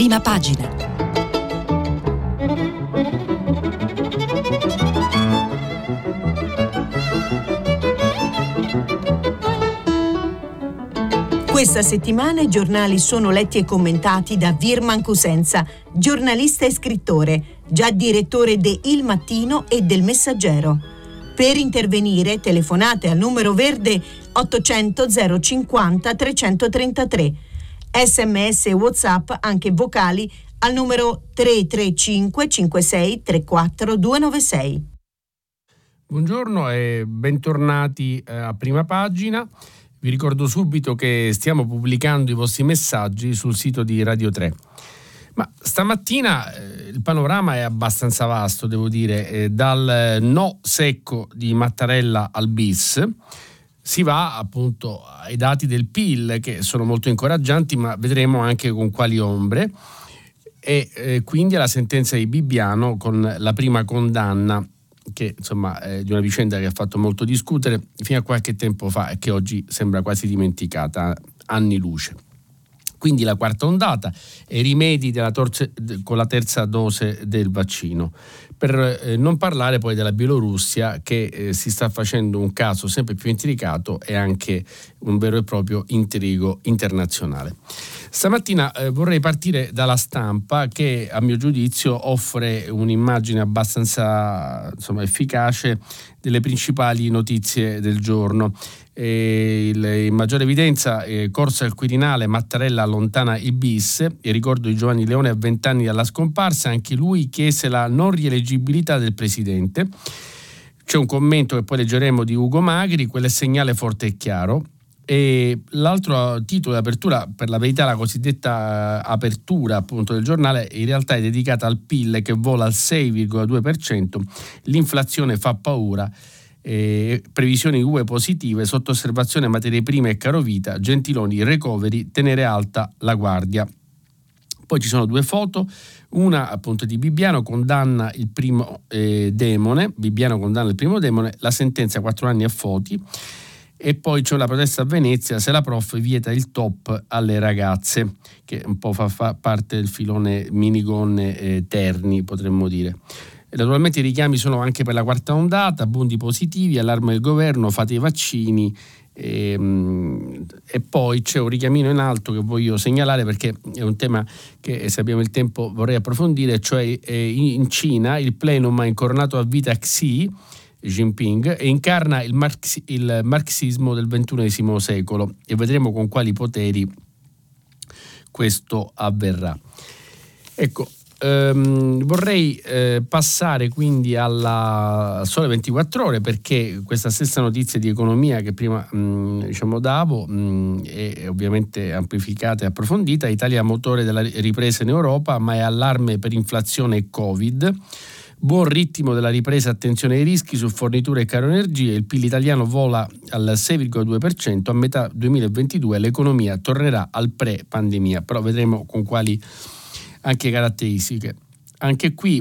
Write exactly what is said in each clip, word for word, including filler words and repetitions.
Prima pagina. Questa settimana i giornali sono letti e commentati da Virman Cosenza, giornalista e scrittore, già direttore de Il Mattino e del Messaggero. Per intervenire telefonate al numero verde ottocento zero cinquanta trecentotrentatré. Sms e WhatsApp anche vocali al numero tre tre cinque cinque sei tre quattro due nove sei. Buongiorno e bentornati a Prima Pagina. Vi ricordo subito che stiamo pubblicando i vostri messaggi sul sito di Radio tre. Ma stamattina eh, il panorama è abbastanza vasto, devo dire, eh, dal no secco di Mattarella al bis. Si va appunto ai dati del P I L che sono molto incoraggianti, ma vedremo anche con quali ombre, e eh, quindi alla sentenza di Bibbiano con la prima condanna, che insomma è di una vicenda che ha fatto molto discutere fino a qualche tempo fa e che oggi sembra quasi dimenticata, anni luce. Quindi la quarta ondata e i rimedi della torce, con la terza dose del vaccino. Per eh, non parlare poi della Bielorussia, che eh, si sta facendo un caso sempre più intricato e anche un vero e proprio intrigo internazionale. Stamattina eh, vorrei partire dalla Stampa, che a mio giudizio offre un'immagine abbastanza insomma efficace delle principali notizie del giorno. E il, in maggiore evidenza eh, corsa al Quirinale, Mattarella allontana il bis, il ricordo di Giovanni Leone a vent'anni dalla scomparsa, anche lui chiese la non rieleggibilità del presidente. C'è un commento che poi leggeremo di Ugo Magri, quello è segnale forte e chiaro. E l'altro titolo di apertura, per la verità la cosiddetta apertura appunto del giornale, in realtà è dedicata al P I L che vola al sei virgola due per cento, l'inflazione fa paura. Eh, previsioni U E positive, sotto osservazione materie prime e carovita, Gentiloni recovery, tenere alta la guardia. Poi ci sono due foto, una appunto di Bibbiano, condanna il primo eh, demone, Bibbiano condanna il primo demone, la sentenza quattro anni a Foti, e poi c'è la protesta a Venezia, se la prof vieta il top alle ragazze, che un po' fa, fa parte del filone minigonne eh, terni, potremmo dire. Naturalmente i richiami sono anche per la quarta ondata, bondi positivi, allarme del governo, fate i vaccini, e, e poi c'è un richiamino in alto che voglio segnalare perché è un tema che, se abbiamo il tempo, vorrei approfondire, cioè eh, in Cina il plenum ha incoronato a vita Xi Jinping e incarna il, marxi, il marxismo del ventunesimo secolo, e vedremo con quali poteri questo avverrà. Ecco, Ehm, vorrei eh, passare quindi alla Sole ventiquattro Ore, perché questa stessa notizia di economia che prima mh, diciamo davo mh, è ovviamente amplificata e approfondita. Italia motore della ripresa in Europa, ma è allarme per inflazione e Covid. Buon ritmo della ripresa, attenzione ai rischi su forniture e caro energie. Il P I L italiano vola al sei virgola due per cento, a metà duemilaventidue l'economia tornerà al pre-pandemia, però vedremo con quali anche caratteristiche. Anche qui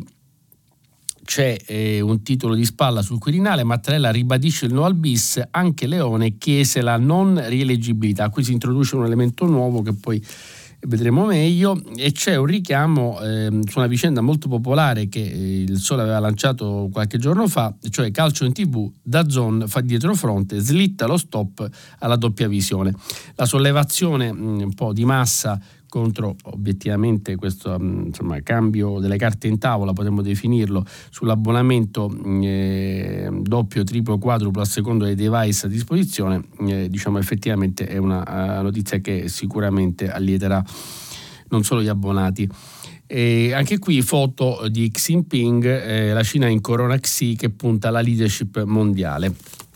c'è eh, un titolo di spalla sul Quirinale, Mattarella ribadisce il no al bis, anche Leone chiese la non rieleggibilità. Qui si introduce un elemento nuovo che poi vedremo meglio, e c'è un richiamo eh, su una vicenda molto popolare che eh, il Sole aveva lanciato qualche giorno fa, cioè calcio in tv, DAZN fa dietrofront, slitta lo stop alla doppia visione. La sollevazione mh, un po' di massa contro obiettivamente questo insomma cambio delle carte in tavola, potremmo definirlo, sull'abbonamento eh, doppio, triplo, quadruplo a seconda dei device a disposizione, eh, diciamo effettivamente è una uh, notizia che sicuramente allieterà non solo gli abbonati. E anche qui foto di Xi Jinping, eh, la Cina in corona Xi che punta alla leadership mondiale.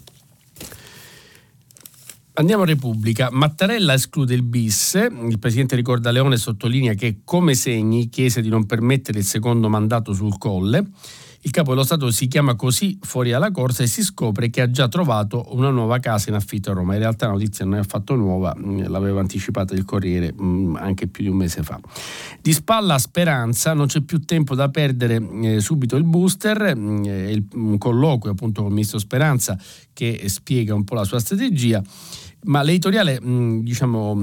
Andiamo a Repubblica. Mattarella esclude il bis, il presidente ricorda Leone e sottolinea che come segni chiese di non permettere il secondo mandato sul Colle. Il capo dello Stato si chiama così fuori dalla corsa e si scopre che ha già trovato una nuova casa in affitto a Roma. In realtà la notizia non è affatto nuova, l'aveva anticipata il Corriere anche più di un mese fa. Di spalla Speranza, non c'è più tempo da perdere, eh, subito il booster, eh, il, un colloquio appunto con il ministro Speranza che spiega un po' la sua strategia, ma l'editoriale mh, diciamo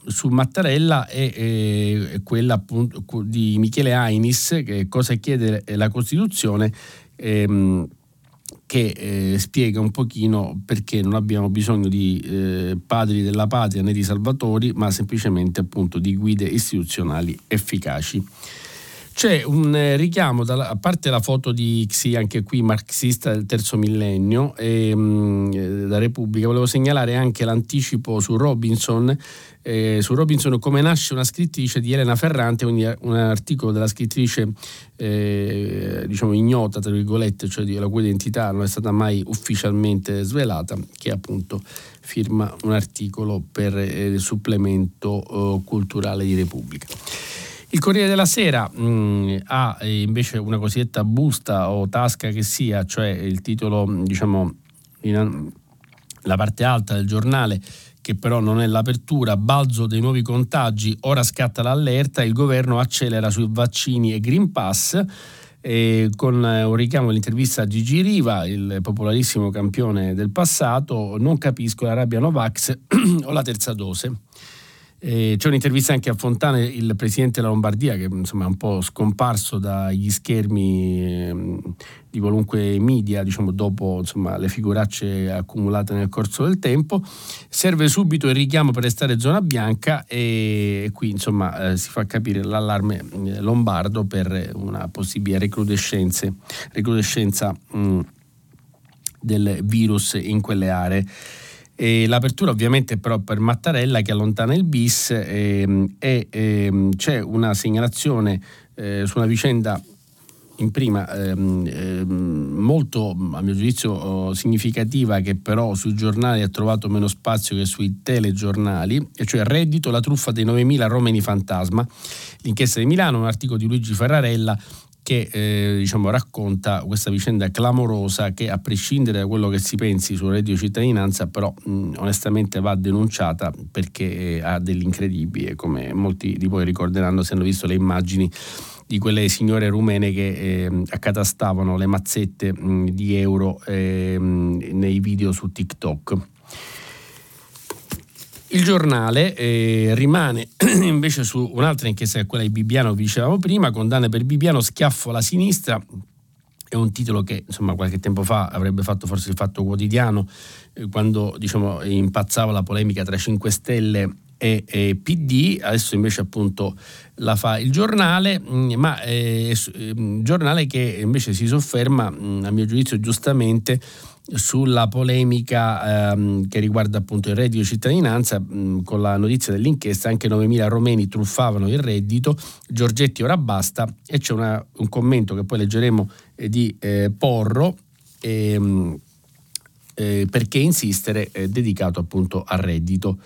su Mattarella è, è quella appunto di Michele Ainis, che cosa chiede la Costituzione, ehm, che eh, spiega un pochino perché non abbiamo bisogno di eh, padri della patria né di salvatori, ma semplicemente appunto di guide istituzionali efficaci. C'è un eh, richiamo, dalla, a parte la foto di Xi, anche qui marxista del terzo millennio, e, mh, da Repubblica, volevo segnalare anche l'anticipo su Robinson, eh, su Robinson come nasce una scrittrice di Elena Ferrante, quindi un articolo della scrittrice eh, diciamo ignota, tra virgolette, cioè la cui identità non è stata mai ufficialmente svelata, che appunto firma un articolo per eh, il supplemento eh, culturale di Repubblica. Il Corriere della Sera mh, ha invece una cosiddetta busta o tasca che sia, cioè il titolo, diciamo, in, la parte alta del giornale, che però non è l'apertura: balzo dei nuovi contagi, ora scatta l'allerta, il governo accelera sui vaccini e Green Pass, e con un richiamo all'intervista a Gigi Riva, il popolarissimo campione del passato: non capisco la rabbia Novax o la terza dose. Eh, c'è un'intervista anche a Fontana, il presidente della Lombardia, che insomma è un po' scomparso dagli schermi eh, di qualunque media, diciamo, dopo insomma le figuracce accumulate nel corso del tempo. Serve subito il richiamo per restare zona bianca, e, e qui insomma eh, si fa capire l'allarme eh, lombardo per una possibile recrudescenza recrudescenza mh, del virus in quelle aree. E l'apertura ovviamente però per Mattarella, che allontana il bis, e, e, e c'è una segnalazione eh, su una vicenda in prima ehm, ehm, molto, a mio giudizio, oh, significativa, che però sui giornali ha trovato meno spazio che sui telegiornali, e cioè reddito, la truffa dei novemila romeni fantasma, l'inchiesta di Milano, un articolo di Luigi Ferrarella che eh, diciamo racconta questa vicenda clamorosa, che a prescindere da quello che si pensi sul reddito di cittadinanza però mh, onestamente va denunciata, perché eh, ha dell'incredibile, come molti di voi ricorderanno se hanno visto le immagini di quelle signore rumene che eh, accatastavano le mazzette mh, di euro eh, mh, nei video su TikTok. Il giornale eh, rimane invece su un'altra inchiesta, che è quella di Bibbiano, che vi dicevamo prima: condanne per Bibbiano, schiaffo alla sinistra. È un titolo che insomma qualche tempo fa avrebbe fatto forse il Fatto Quotidiano, eh, quando diciamo impazzava la polemica tra cinque Stelle e, e P D. Adesso invece appunto la fa il giornale, mh, ma è un giornale che invece si sofferma, mh, a mio giudizio giustamente, sulla polemica ehm, che riguarda appunto il reddito di cittadinanza, mh, con la notizia dell'inchiesta: anche novemila romeni truffavano il reddito, Giorgetti ora basta. E c'è una, un commento che poi leggeremo eh, di eh, Porro, ehm, eh, perché insistere, eh, dedicato appunto al reddito.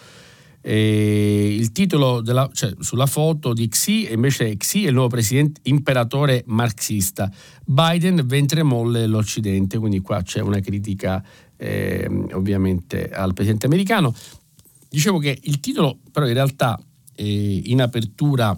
Eh, il titolo della, cioè, sulla foto di Xi, e invece Xi è il nuovo presidente imperatore marxista, Biden ventre molle l'Occidente, quindi qua c'è una critica eh, ovviamente al presidente americano. Dicevo che il titolo però in realtà eh, in apertura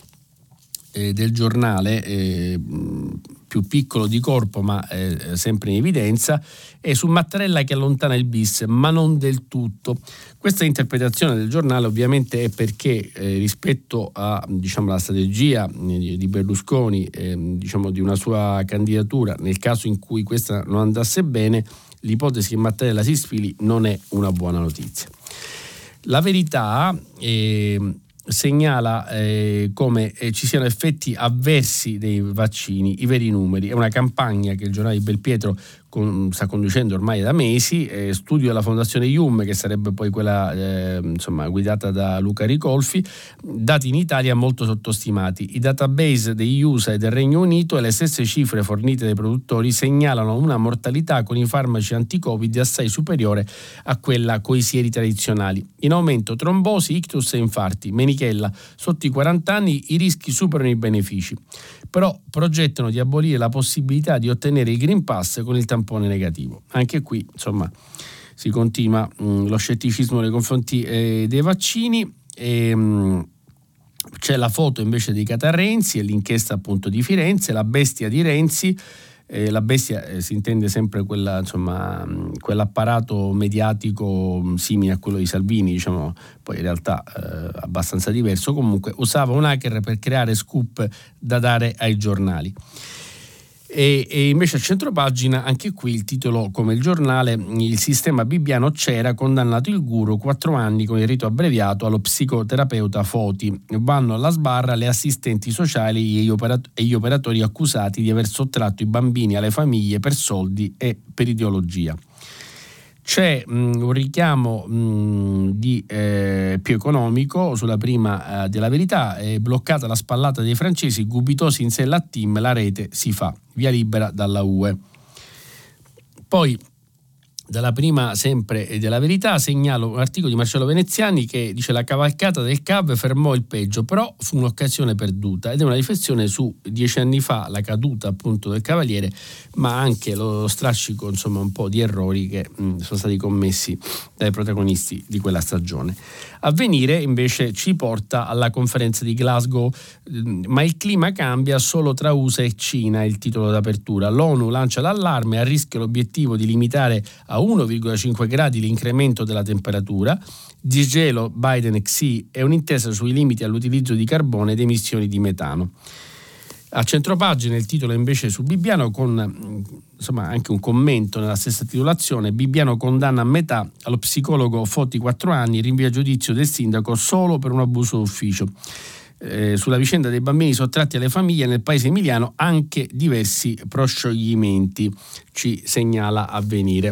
eh, del giornale, eh, più piccolo di corpo ma eh, sempre in evidenza, è su Mattarella che allontana il bis, ma non del tutto. Questa interpretazione del giornale ovviamente è perché eh, rispetto a diciamo la strategia eh, di Berlusconi, eh, diciamo di una sua candidatura, nel caso in cui questa non andasse bene, l'ipotesi che Mattarella si sfili non è una buona notizia. La Verità eh, segnala eh, come eh, ci siano effetti avversi dei vaccini, i veri numeri. È una campagna che il giornale di Belpietro con, sta conducendo ormai da mesi, eh, studio della Fondazione Ium, che sarebbe poi quella eh, insomma guidata da Luca Ricolfi. Dati in Italia molto sottostimati. I database degli U S A e del Regno Unito e le stesse cifre fornite dai produttori segnalano una mortalità con i farmaci anti-Covid assai superiore a quella coi sieri tradizionali. In aumento trombosi, ictus e infarti. Menichella: sotto i quaranta anni i rischi superano i benefici. Però progettano di abolire la possibilità di ottenere il Green Pass con il tampone negativo. Anche qui, insomma, si continua mh, lo scetticismo nei confronti eh, dei vaccini. E, mh, c'è la foto invece di Catar Renzi e l'inchiesta appunto di Firenze, la bestia di Renzi. Eh, la bestia eh, si intende sempre quella, insomma, quell'apparato mediatico simile a quello di Salvini, diciamo, poi in realtà eh, abbastanza diverso. Comunque usava un hacker per creare scoop da dare ai giornali. E, e invece a centropagina anche qui il titolo come il giornale: il sistema bibbiano c'era, condannato il guru, quattro anni con il rito abbreviato allo psicoterapeuta Foti, vanno alla sbarra le assistenti sociali e gli, operat- e gli operatori accusati di aver sottratto i bambini alle famiglie per soldi e per ideologia. C'è mh, un richiamo mh, di, eh, più economico sulla prima eh, della Verità: è bloccata la spallata dei francesi, Gubitosi in sella a team, la rete si fa, via libera dalla U E. Poi dalla prima sempre della Verità segnalo un articolo di Marcello Veneziani che dice: la cavalcata del C A V fermò il peggio, però fu un'occasione perduta, ed è una riflessione su dieci anni fa, la caduta appunto del Cavaliere, ma anche lo strascico, insomma, un po' di errori che mh, sono stati commessi dai protagonisti di quella stagione. Avvenire invece ci porta alla conferenza di Glasgow, ma il clima cambia solo tra U S A e Cina, è il titolo d'apertura. L'ONU lancia l'allarme, a rischio l'obiettivo di limitare a uno virgola cinque gradi l'incremento della temperatura, disgelo Biden Xi e un'intesa sui limiti all'utilizzo di carbone ed emissioni di metano. A centropagina il titolo invece su Bibbiano, con insomma anche un commento nella stessa titolazione: Bibbiano condanna a metà allo psicologo Foti quattro anni, rinvia a giudizio del sindaco solo per un abuso d'ufficio. Eh, sulla vicenda dei bambini sottratti alle famiglie nel paese emiliano anche diversi proscioglimenti, ci segnala Avvenire.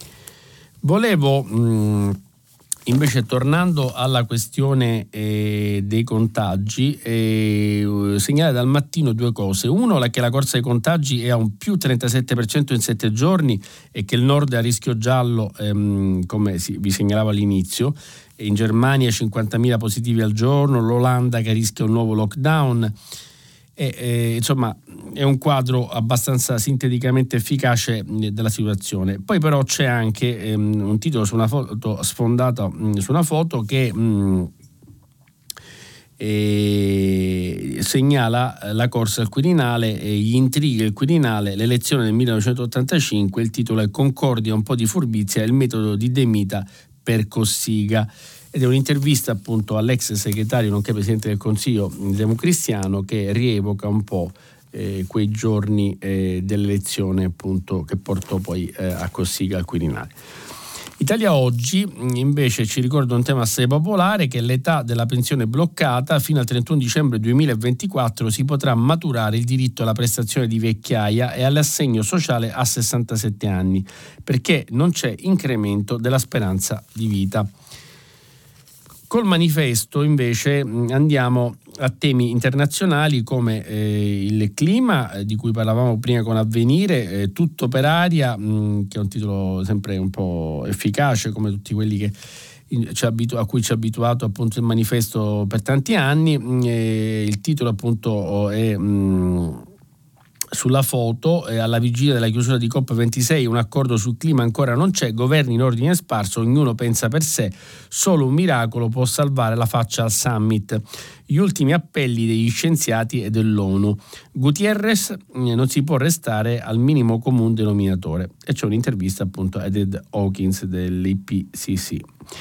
Volevo mh, invece, tornando alla questione eh, dei contagi, eh, segnalare dal mattino due cose. Uno, la, che la corsa ai contagi è a un più trentasette per cento in sette giorni e che il nord è a rischio giallo, ehm, come si, vi segnalavo all'inizio. In Germania cinquantamila positivi al giorno, l'Olanda che rischia un nuovo lockdown. E, eh, insomma è un quadro abbastanza sinteticamente efficace della situazione. Poi però c'è anche ehm, un titolo su una foto sfondata mh, su una foto che mh, eh, segnala la corsa al Quirinale, e gli intrighi del Quirinale, l'elezione del millenovecentottantacinque. Il titolo è Concordia, un po' di furbizia, il metodo di De Mita per Cossiga, ed è un'intervista appunto all'ex segretario nonché presidente del Consiglio democristiano, che rievoca un po' eh, quei giorni eh, dell'elezione appunto che portò poi eh, a Cossiga al Quirinale. Italia Oggi invece ci ricorda un tema assai popolare, che è l'età della pensione bloccata. Fino al trentuno dicembre duemilaventiquattro si potrà maturare il diritto alla prestazione di vecchiaia e all'assegno sociale a sessantasette anni, perché non c'è incremento della speranza di vita. Col Manifesto invece andiamo a temi internazionali come eh, il clima, eh, di cui parlavamo prima con Avvenire, eh, tutto per aria, mh, che è un titolo sempre un po' efficace come tutti quelli che in, ci abitu- a cui ci ha abituato appunto il Manifesto per tanti anni. Mh, eh, il titolo appunto è mh, sulla foto, eh, alla vigilia della chiusura di COP ventisei un accordo sul clima ancora non c'è, governi in ordine sparso, ognuno pensa per sé, solo un miracolo può salvare la faccia al summit. Gli ultimi appelli degli scienziati e dell'ONU. Gutierrez, eh, non si può restare al minimo comune denominatore. E c'è un'intervista appunto a Ed Hawkins dell'I P C C.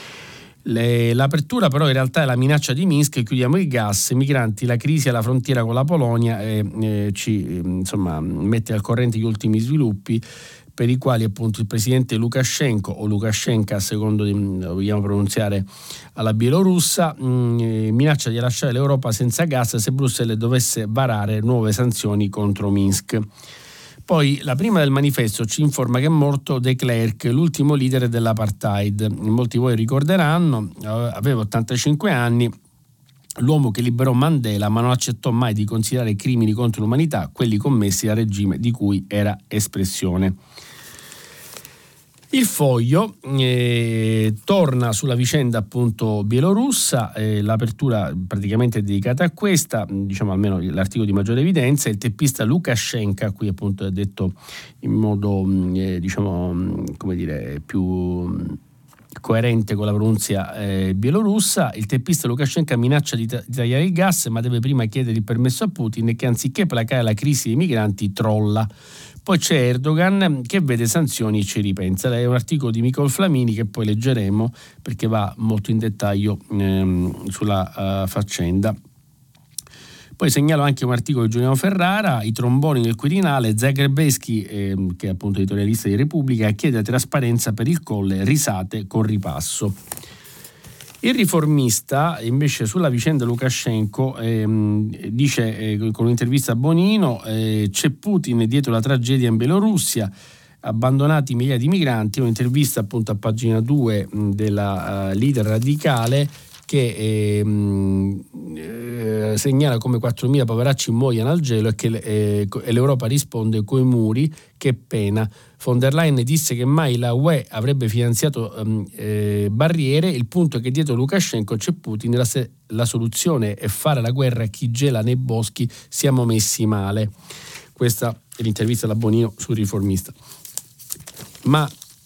Le, l'apertura però in realtà è la minaccia di Minsk: chiudiamo il gas, migranti, la crisi alla frontiera con la Polonia, e eh, ci insomma mette al corrente gli ultimi sviluppi, per i quali appunto il presidente Lukashenko, o Lukashenka secondo lo vogliamo pronunziare alla bielorussa, mh, minaccia di lasciare l'Europa senza gas se Bruxelles dovesse varare nuove sanzioni contro Minsk. Poi la prima del Manifesto ci informa che è morto de Klerk, l'ultimo leader dell'apartheid. Molti di voi ricorderanno, aveva ottantacinque anni, l'uomo che liberò Mandela, ma non accettò mai di considerare crimini contro l'umanità quelli commessi dal regime di cui era espressione. Il Foglio eh, torna sulla vicenda appunto bielorussa, eh, l'apertura praticamente è dedicata a questa, diciamo almeno l'articolo di maggiore evidenza. Il teppista Lukashenko, qui appunto è detto in modo eh, diciamo come dire più coerente con la pronuncia eh, bielorussa. Il teppista Lukashenko minaccia di, ta- di tagliare il gas, ma deve prima chiedere il permesso a Putin, che anziché placare la crisi dei migranti trolla. Poi c'è Erdogan che vede sanzioni e ci ripensa. È un articolo di Nicole Flamini che poi leggeremo perché va molto in dettaglio ehm, sulla uh, faccenda. Poi segnalo anche un articolo di Giuliano Ferrara, i tromboni nel Quirinale, Zagrebeschi, eh, che è appunto editorialista di Repubblica, chiede trasparenza per il Colle, risate con ripasso. Il Riformista invece sulla vicenda Lukashenko ehm, dice eh, con un'intervista a Bonino eh, c'è Putin dietro la tragedia in Bielorussia, abbandonati migliaia di migranti, un'intervista appunto a pagina due mh, della uh, leader radicale che eh, eh, segnala come quattromila poveracci muoiono al gelo e che eh, e l'Europa risponde coi muri, che pena. Von der Leyen disse che mai la U E avrebbe finanziato eh, barriere, il punto è che dietro Lukashenko c'è Putin, la, se- la soluzione è fare la guerra a chi gela nei boschi, siamo messi male. Questa è l'intervista da Bonino sul Riformista. Ma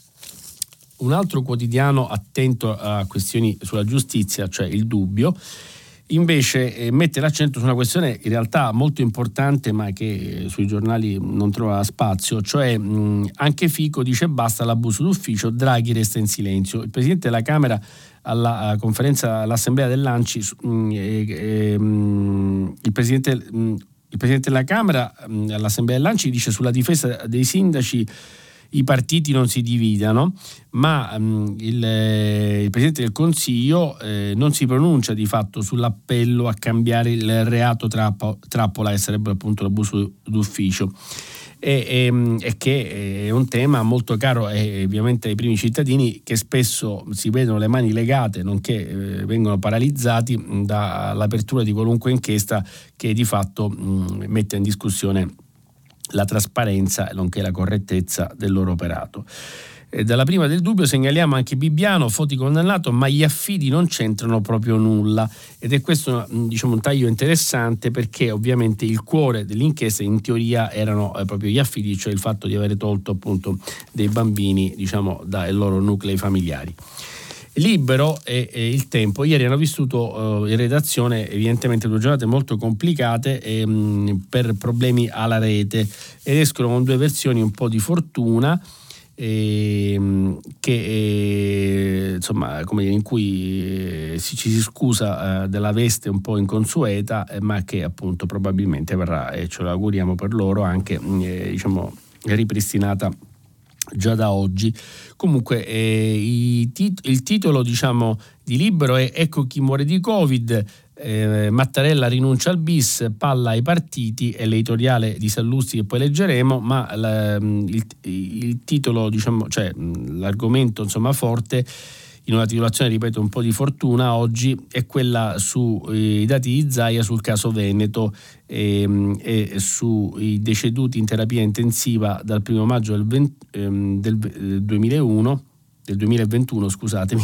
un altro quotidiano attento a questioni sulla giustizia, cioè Il Dubbio, invece eh, mette l'accento su una questione in realtà molto importante ma che eh, sui giornali non trova spazio, cioè mh, anche Fico dice basta l'abuso d'ufficio, Draghi resta in silenzio. Il Presidente della Camera alla, alla conferenza all'Assemblea dell'Anci, mh, eh, eh, mh, il Presidente mh, il Presidente della Camera mh, all'Assemblea dell'Anci dice sulla difesa dei sindaci i partiti non si dividano, ma um, il, eh, il Presidente del Consiglio eh, non si pronuncia di fatto sull'appello a cambiare il reato trappo, trappola, che sarebbe appunto l'abuso d'ufficio, e, e, e che è un tema molto caro eh, ovviamente ai primi cittadini, che spesso si vedono le mani legate, nonché eh, vengono paralizzati dall'apertura di qualunque inchiesta che di fatto mh, mette in discussione la trasparenza nonché la correttezza del loro operato. E dalla prima del Dubbio segnaliamo anche Bibbiano, Foti condannato, ma gli affidi non c'entrano proprio nulla, ed è questo diciamo un taglio interessante perché ovviamente il cuore dell'inchiesta in teoria erano eh, proprio gli affidi, cioè il fatto di avere tolto appunto dei bambini diciamo dai loro nuclei familiari. Libero e, e Il Tempo ieri hanno vissuto uh, in redazione evidentemente due giornate molto complicate e, mh, per problemi alla rete, ed escono con due versioni un po' di fortuna e, mh, che e, insomma come dire, in cui eh, si, ci si scusa uh, della veste un po' inconsueta eh, ma che appunto probabilmente verrà, e ce lo auguriamo per loro, anche eh, diciamo ripristinata già da oggi. Comunque eh, i tit- il titolo diciamo di Libero è Ecco chi muore di Covid, eh, Mattarella rinuncia al bis, palla ai partiti, è l'editoriale di Sallusti che poi leggeremo, ma la, il, il titolo diciamo, cioè l'argomento insomma forte in una titolazione, ripeto, un po' di fortuna oggi, è quella sui dati di Zaia sul caso Veneto e, e sui deceduti in terapia intensiva dal primo maggio del, venti, ehm, del duemilauno, del duemilaventuno, scusatemi,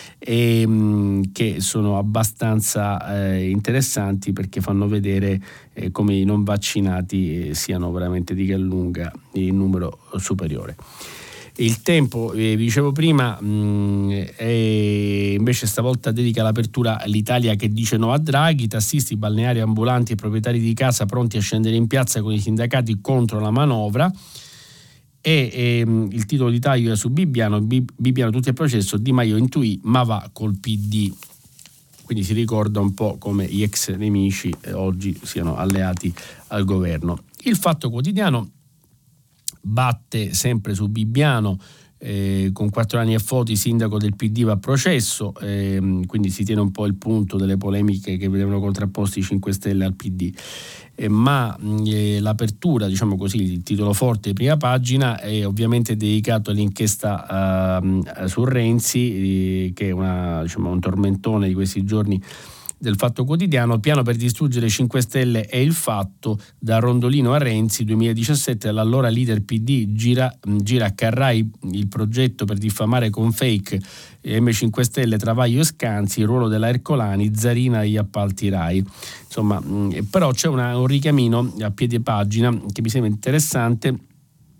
e, che sono abbastanza eh, interessanti perché fanno vedere eh, come i non vaccinati eh, siano veramente di gran lunga in numero superiore. Il Tempo, eh, vi dicevo prima, mh, è, invece stavolta dedica l'apertura all'Italia che dice no a Draghi, tassisti, balneari, ambulanti e proprietari di casa pronti a scendere in piazza con i sindacati contro la manovra, e, e il titolo di taglio è su Bibbiano, Bibbiano tutti al processo, Di Maio intuì ma va col P D. Quindi si ricorda un po' come gli ex nemici eh, oggi siano alleati al governo. Il Fatto Quotidiano batte sempre su Bibbiano, eh, con quattro anni e Foti, sindaco del P D va a processo, eh, quindi si tiene un po' il punto delle polemiche che vedevano contrapposti i cinque Stelle al P D, eh, ma eh, l'apertura, diciamo così, il titolo forte di prima pagina è ovviamente dedicato all'inchiesta eh, su Renzi, eh, che è una, diciamo, un tormentone di questi giorni del Fatto Quotidiano. Piano per distruggere i cinque Stelle è il Fatto, da Rondolino a Renzi, duemiladiciassette l'allora leader P D gira, gira a Carrai il progetto per diffamare con fake M cinque Stelle, Travaglio e Scanzi, il ruolo della Ercolani, Zarina agli appalti Rai. Insomma, però c'è una, un richiamino a piede pagina che mi sembra interessante,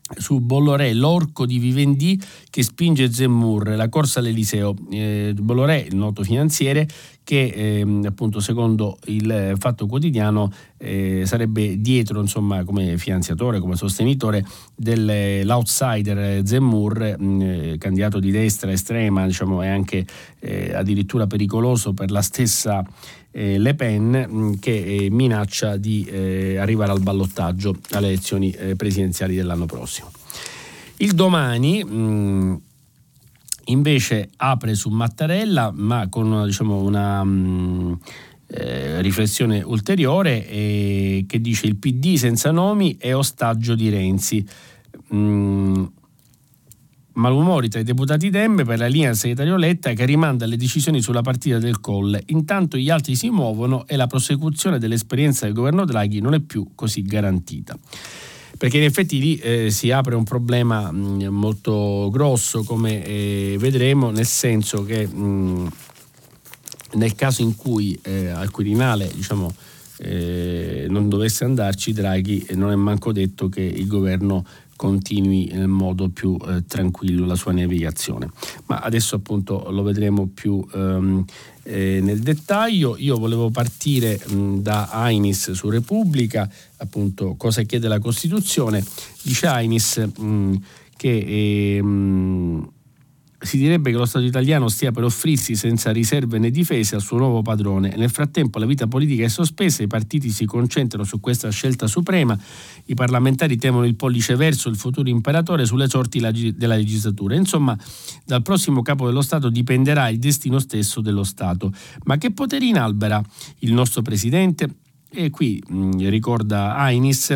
su Bolloré, l'orco di Vivendi che spinge Zemmour, la corsa all'Eliseo. Eh, Bolloré, il noto finanziere, che eh, appunto secondo il Fatto Quotidiano eh, sarebbe dietro, insomma, come finanziatore, come sostenitore dell'outsider Zemmour, eh, candidato di destra estrema, diciamo, e anche eh, addirittura pericoloso per la stessa eh, Le Pen, mh, che eh, minaccia di eh, arrivare al ballottaggio alle elezioni eh, presidenziali dell'anno prossimo. Il Domani mh, invece apre su Mattarella, ma con, diciamo, una mh, eh, riflessione ulteriore, eh, che dice: il P D senza nomi è ostaggio di Renzi. Mh, malumori tra i deputati Dem per la linea del segretario Letta, che rimanda le decisioni sulla partita del Colle. Intanto gli altri si muovono e la prosecuzione dell'esperienza del governo Draghi non è più così garantita. Perché in effetti lì eh, si apre un problema mh, molto grosso, come eh, vedremo, nel senso che mh, nel caso in cui eh, al Quirinale, diciamo, eh, non dovesse andarci Draghi, eh, non è manco detto che il governo continui nel modo più eh, tranquillo la sua navigazione. Ma adesso appunto lo vedremo più ehm, eh, nel dettaglio. Io volevo partire mh, da Ainis su Repubblica, appunto cosa chiede la Costituzione. Dice Ainis mh, che eh, mh, si direbbe che lo Stato italiano stia per offrirsi senza riserve né difese al suo nuovo padrone. Nel frattempo la vita politica è sospesa, i partiti si concentrano su questa scelta suprema, i parlamentari temono il pollice verso il futuro imperatore sulle sorti della legislatura. Insomma, dal prossimo capo dello Stato dipenderà il destino stesso dello Stato. Ma che potere inalbera il nostro Presidente? E qui mh, ricorda Ainis,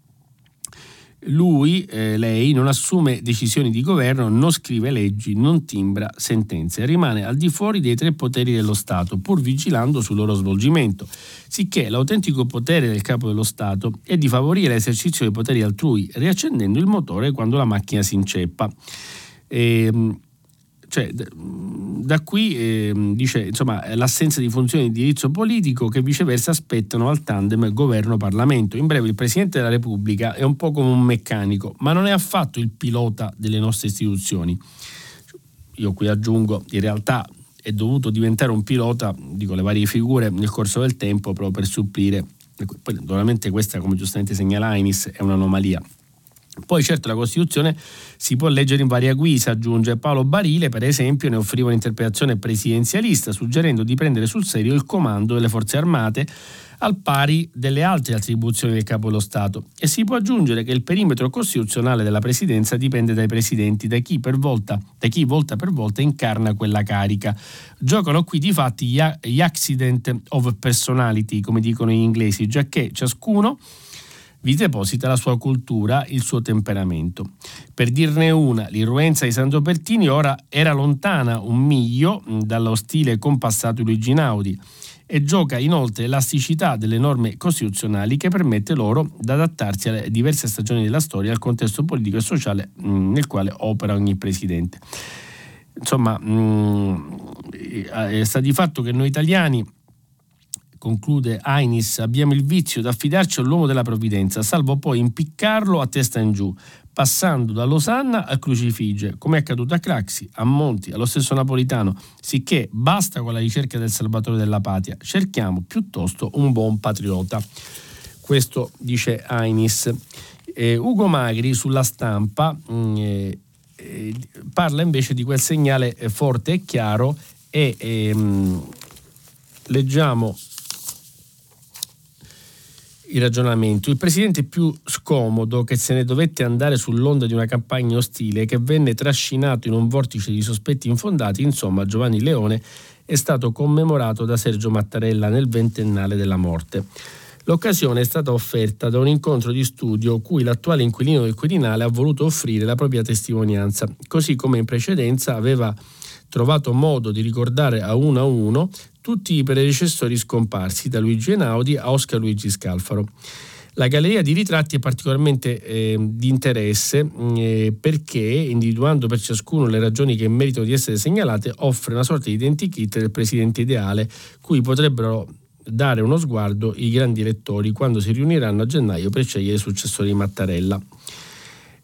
lui, eh, lei, non assume decisioni di governo, non scrive leggi, non timbra sentenze, rimane al di fuori dei tre poteri dello Stato, pur vigilando sul loro svolgimento. Sicché l'autentico potere del capo dello Stato è di favorire l'esercizio dei poteri altrui, riaccendendo il motore quando la macchina si inceppa. E, cioè, da qui eh, dice, insomma, l'assenza di funzioni di indirizzo politico che viceversa aspettano al tandem governo-Parlamento. In breve, il Presidente della Repubblica è un po' come un meccanico, ma non è affatto il pilota delle nostre istituzioni. Io qui aggiungo, in realtà è dovuto diventare un pilota, dico, le varie figure nel corso del tempo, proprio per supplire. Poi, naturalmente questa, come giustamente segnala Ainis, è un'anomalia. Poi certo la Costituzione si può leggere in varia guisa, aggiunge. Paolo Barile, per esempio, ne offriva un'interpretazione presidenzialista, suggerendo di prendere sul serio il comando delle forze armate al pari delle altre attribuzioni del capo dello Stato. E si può aggiungere che il perimetro costituzionale della presidenza dipende dai presidenti, da chi per volta, da chi volta per volta incarna quella carica. Giocano qui di fatti gli, gli accident of personality, come dicono gli inglesi, giacché ciascuno vi deposita la sua cultura, il suo temperamento. Per dirne una, l'irruenza di Sandro Pertini ora era lontana un miglio dallo stile compassato di Luigi Einaudi e gioca inoltre l'elasticità delle norme costituzionali che permette loro di adattarsi alle diverse stagioni della storia e al contesto politico e sociale mh, nel quale opera ogni presidente. Insomma, mh, sta di fatto che noi italiani, conclude Ainis, abbiamo il vizio di affidarci all'uomo della provvidenza, salvo poi impiccarlo a testa in giù, passando dall'osanna al crucifige, come è accaduto a Craxi, a Monti, allo stesso Napolitano. Sicché basta con la ricerca del salvatore della patria, cerchiamo piuttosto un buon patriota. Questo dice Ainis. Eh, Ugo Magri sulla Stampa eh, eh, parla invece di quel segnale eh, forte e chiaro e ehm, leggiamo il ragionamento. Il presidente più scomodo, che se ne dovette andare sull'onda di una campagna ostile, che venne trascinato in un vortice di sospetti infondati, insomma Giovanni Leone, è stato commemorato da Sergio Mattarella nel ventennale della morte. L'occasione è stata offerta da un incontro di studio cui l'attuale inquilino del Quirinale ha voluto offrire la propria testimonianza, così come in precedenza aveva trovato modo di ricordare a uno a uno tutti i predecessori scomparsi, da Luigi Einaudi a Oscar Luigi Scalfaro. La galleria di ritratti è particolarmente eh, di interesse eh, perché, individuando per ciascuno le ragioni che meritano di essere segnalate, offre una sorta di identikit del presidente ideale, cui potrebbero dare uno sguardo i grandi lettori quando si riuniranno a gennaio per scegliere il successore di Mattarella.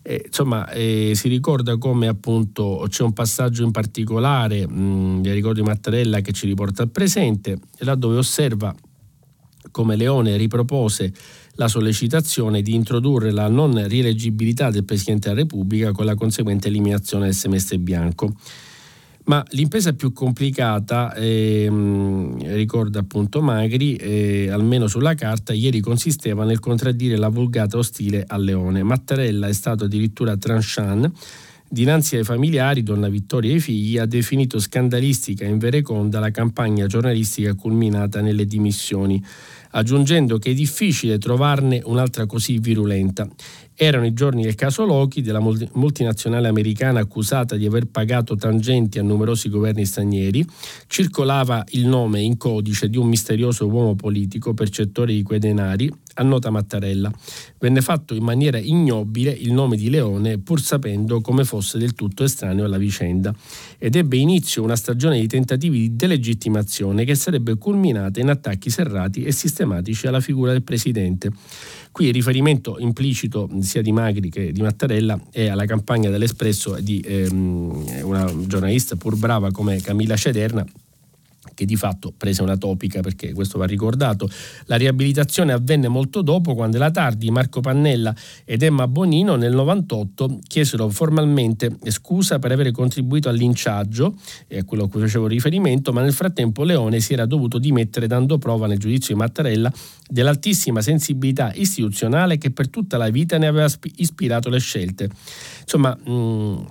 Eh, insomma, eh, si ricorda come appunto c'è un passaggio in particolare mh, del ricordo di Mattarella che ci riporta al presente, là dove osserva come Leone ripropose la sollecitazione di introdurre la non rieleggibilità del Presidente della Repubblica con la conseguente eliminazione del semestre bianco. Ma l'impresa più complicata, eh, ricorda appunto Magri, eh, almeno sulla carta, ieri consisteva nel contraddire la vulgata ostile a Leone. Mattarella è stato addirittura tranchant. Dinanzi ai familiari, donna Vittoria e i figli, ha definito scandalistica e invereconda la campagna giornalistica culminata nelle dimissioni, aggiungendo che è difficile trovarne un'altra così virulenta. Erano i giorni del caso Loki, della multinazionale americana accusata di aver pagato tangenti a numerosi governi stranieri. Circolava il nome in codice di un misterioso uomo politico percettore di quei denari, annota Mattarella. Venne fatto in maniera ignobile il nome di Leone, pur sapendo come fosse del tutto estraneo alla vicenda, ed ebbe inizio una stagione di tentativi di delegittimazione che sarebbe culminata in attacchi serrati e sistematici alla figura del presidente. Qui il riferimento implicito sia di Magri che di Mattarella è alla campagna dell'Espresso di ehm, una giornalista pur brava come Camilla Cederna, che di fatto prese una topica, perché questo va ricordato. La riabilitazione avvenne molto dopo, quando la Tardi, Marco Pannella ed Emma Bonino nel novantotto chiesero formalmente scusa per aver contribuito al linciaggio, è a quello a cui facevo riferimento, ma nel frattempo Leone si era dovuto dimettere, dando prova nel giudizio di Mattarella dell'altissima sensibilità istituzionale che per tutta la vita ne aveva ispirato le scelte. Insomma, mh,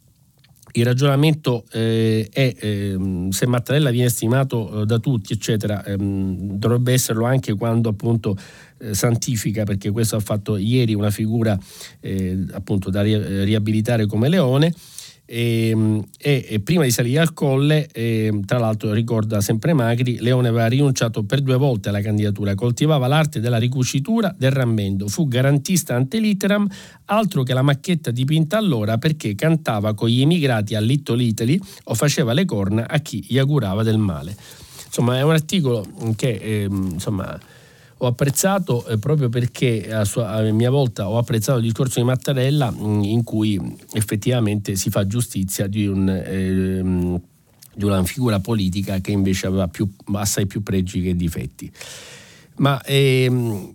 il ragionamento eh, è eh, se Mattarella viene stimato eh, da tutti eccetera, ehm, dovrebbe esserlo anche quando appunto eh, santifica, perché questo ha fatto ieri una figura eh, appunto da ri- riabilitare come Leone. E, e, e prima di salire al colle, e, tra l'altro ricorda sempre Magri, Leone aveva rinunciato per due volte alla candidatura, coltivava l'arte della ricucitura, del rammendo, fu garantista ante litteram, altro che la macchietta dipinta allora, perché cantava con gli emigrati a Little Italy o faceva le corna a chi gli augurava del male. Insomma, è un articolo che eh, insomma ho apprezzato eh, proprio perché a, sua, a mia volta ho apprezzato il discorso di Mattarella mh, in cui effettivamente si fa giustizia di, un, eh, di una figura politica che invece aveva più, assai più pregi che difetti. Ma ehm,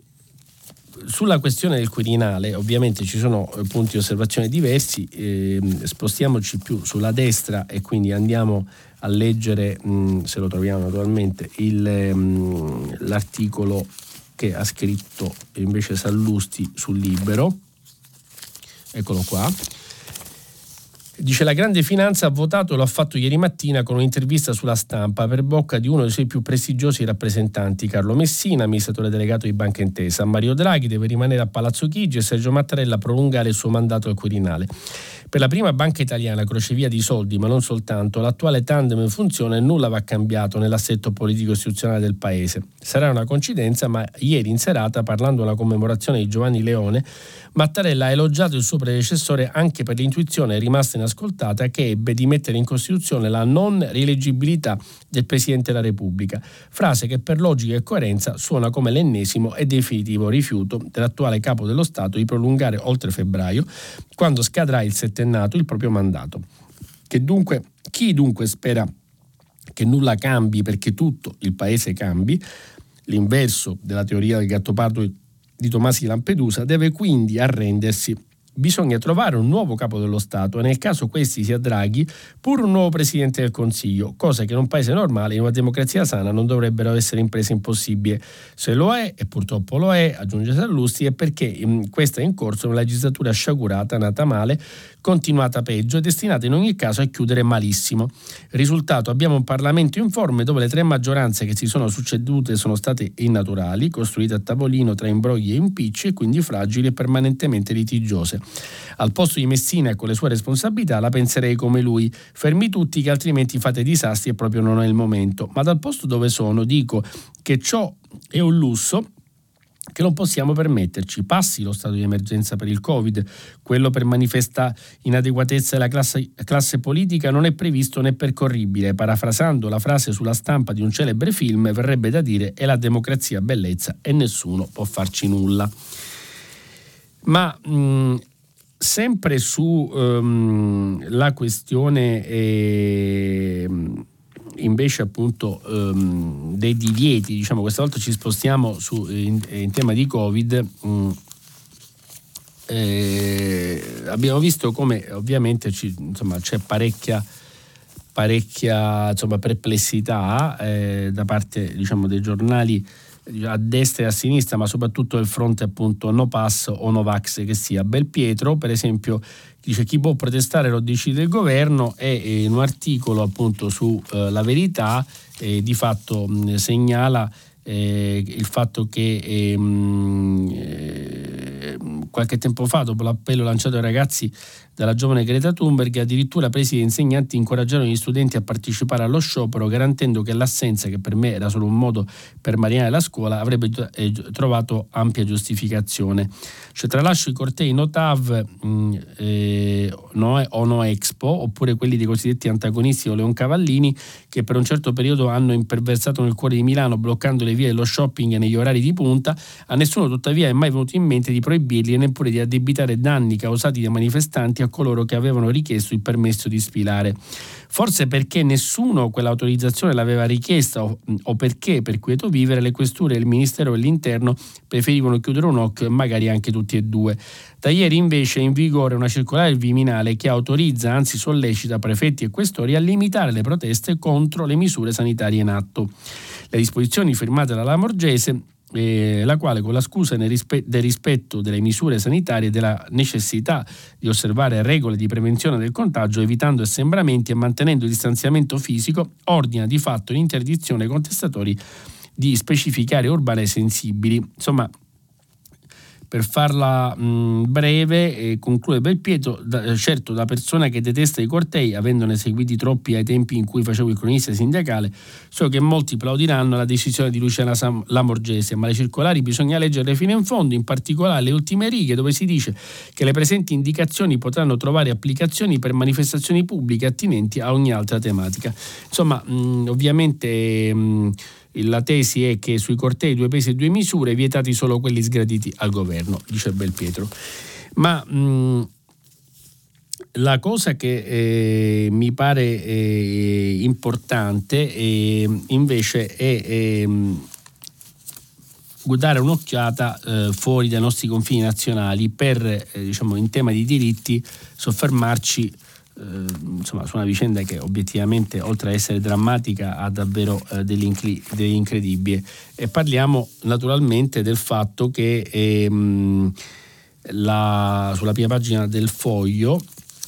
sulla questione del Quirinale ovviamente ci sono punti di osservazione diversi, eh, spostiamoci più sulla destra e quindi andiamo a leggere, mh, se lo troviamo naturalmente, il, mh, l'articolo che ha scritto invece Sallusti sul Libero. Eccolo qua. Dice: la grande finanza ha votato, lo ha fatto ieri mattina con un'intervista sulla Stampa per bocca di uno dei suoi più prestigiosi rappresentanti, Carlo Messina, amministratore delegato di Banca Intesa. Mario Draghi deve rimanere a Palazzo Chigi e Sergio Mattarella prolungare il suo mandato al Quirinale. Per la prima banca italiana, crocevia di soldi, ma non soltanto, l'attuale tandem in funzione, nulla va cambiato nell'assetto politico istituzionale del paese. Sarà una coincidenza, ma ieri in serata, parlando alla commemorazione di Giovanni Leone, Mattarella ha elogiato il suo predecessore anche per l'intuizione rimasta inascoltata che ebbe di mettere in Costituzione la non rieleggibilità del Presidente della Repubblica, frase che per logica e coerenza suona come l'ennesimo e definitivo rifiuto dell'attuale capo dello Stato di prolungare oltre febbraio, quando scadrà il settennato, il proprio mandato. Che dunque, chi dunque spera che nulla cambi perché tutto il paese cambi, l'inverso della teoria del Gattopardo di Tomasi di Lampedusa, deve quindi arrendersi. Bisogna trovare un nuovo capo dello Stato e nel caso questi sia Draghi, pur un nuovo Presidente del Consiglio, cosa che in un paese normale, in una democrazia sana, non dovrebbero essere imprese impossibili. Se lo è, e purtroppo lo è, aggiunge Sallusti, è perché in questa è in corso una legislatura sciagurata, nata male, continuata peggio e destinata in ogni caso a chiudere malissimo. Risultato: abbiamo un Parlamento informe dove le tre maggioranze che si sono succedute sono state innaturali, costruite a tavolino tra imbrogli e impicci e quindi fragili e permanentemente litigiose. Al posto di Messina con le sue responsabilità la penserei come lui: fermi tutti che altrimenti fate disastri e proprio non è il momento. Ma dal posto dove sono dico che ciò è un lusso che non possiamo permetterci. Passi lo stato di emergenza per il Covid, quello per manifesta inadeguatezza della classe, classe politica non è previsto né percorribile. Parafrasando la frase sulla stampa di un celebre film, verrebbe da dire: è la democrazia bellezza e nessuno può farci nulla. Ma mh, sempre su um, la questione eh, invece appunto um, dei divieti, diciamo questa volta ci spostiamo su, in, in tema di Covid. um, eh, abbiamo visto come ovviamente ci, insomma, c'è parecchia parecchia insomma, perplessità eh, da parte, diciamo, dei giornali a destra e a sinistra, ma soprattutto del fronte appunto no pass o no vax che sia. Belpietro per esempio dice: chi può protestare lo decide il governo, e eh, in un articolo appunto su eh, La Verità eh, di fatto mh, segnala eh, il fatto che eh, mh, eh, qualche tempo fa, dopo l'appello lanciato ai ragazzi dalla giovane Greta Thunberg, addirittura presidi e insegnanti incoraggiarono gli studenti a partecipare allo sciopero, garantendo che l'assenza, che per me era solo un modo per marinare la scuola, avrebbe eh, trovato ampia giustificazione. Cioè, tralascio i cortei no T A V mh, eh, no, o no Expo, oppure quelli dei cosiddetti antagonisti o leoncavallini, che per un certo periodo hanno imperversato nel cuore di Milano, bloccando le vie dello shopping negli orari di punta. A nessuno tuttavia è mai venuto in mente di proibirli e neppure di addebitare danni causati dai manifestanti a coloro che avevano richiesto il permesso di sfilare. Forse perché nessuno quell'autorizzazione l'aveva richiesta, o, o perché, per quieto vivere, le questure e il Ministero dell'Interno preferivano chiudere un occhio, e magari anche tutti e due. Da ieri invece è in vigore una circolare del Viminale che autorizza, anzi sollecita, prefetti e questori a limitare le proteste contro le misure sanitarie in atto. Le disposizioni firmate dalla Lamorgese, Eh, la quale, con la scusa nel rispe- del rispetto delle misure sanitarie e della necessità di osservare regole di prevenzione del contagio, evitando assembramenti e mantenendo il distanziamento fisico, ordina di fatto l'interdizione ai contestatori di specifiche aree urbane sensibili. Insomma, per farla mh, breve, eh, conclude Belpietro, da, certo da persona che detesta i cortei, avendone seguiti troppi ai tempi in cui facevo il cronista sindacale, so che molti plaudiranno alla decisione di Luciana Sam- Lamorgese, ma le circolari bisogna leggerle fino in fondo, in particolare le ultime righe dove si dice che le presenti indicazioni potranno trovare applicazioni per manifestazioni pubbliche attinenti a ogni altra tematica. Insomma, mh, ovviamente mh, la tesi è che sui cortei due pesi e due misure, vietati solo quelli sgraditi al governo, dice Belpietro. Ma mh, la cosa che eh, mi pare eh, importante eh, invece è eh, dare un'occhiata eh, fuori dai nostri confini nazionali per, eh, diciamo, in tema di diritti, soffermarci Eh, insomma, su una vicenda che obiettivamente, oltre a essere drammatica, ha davvero eh, dell'incredibile. E parliamo naturalmente del fatto che ehm, la, sulla prima pagina del Foglio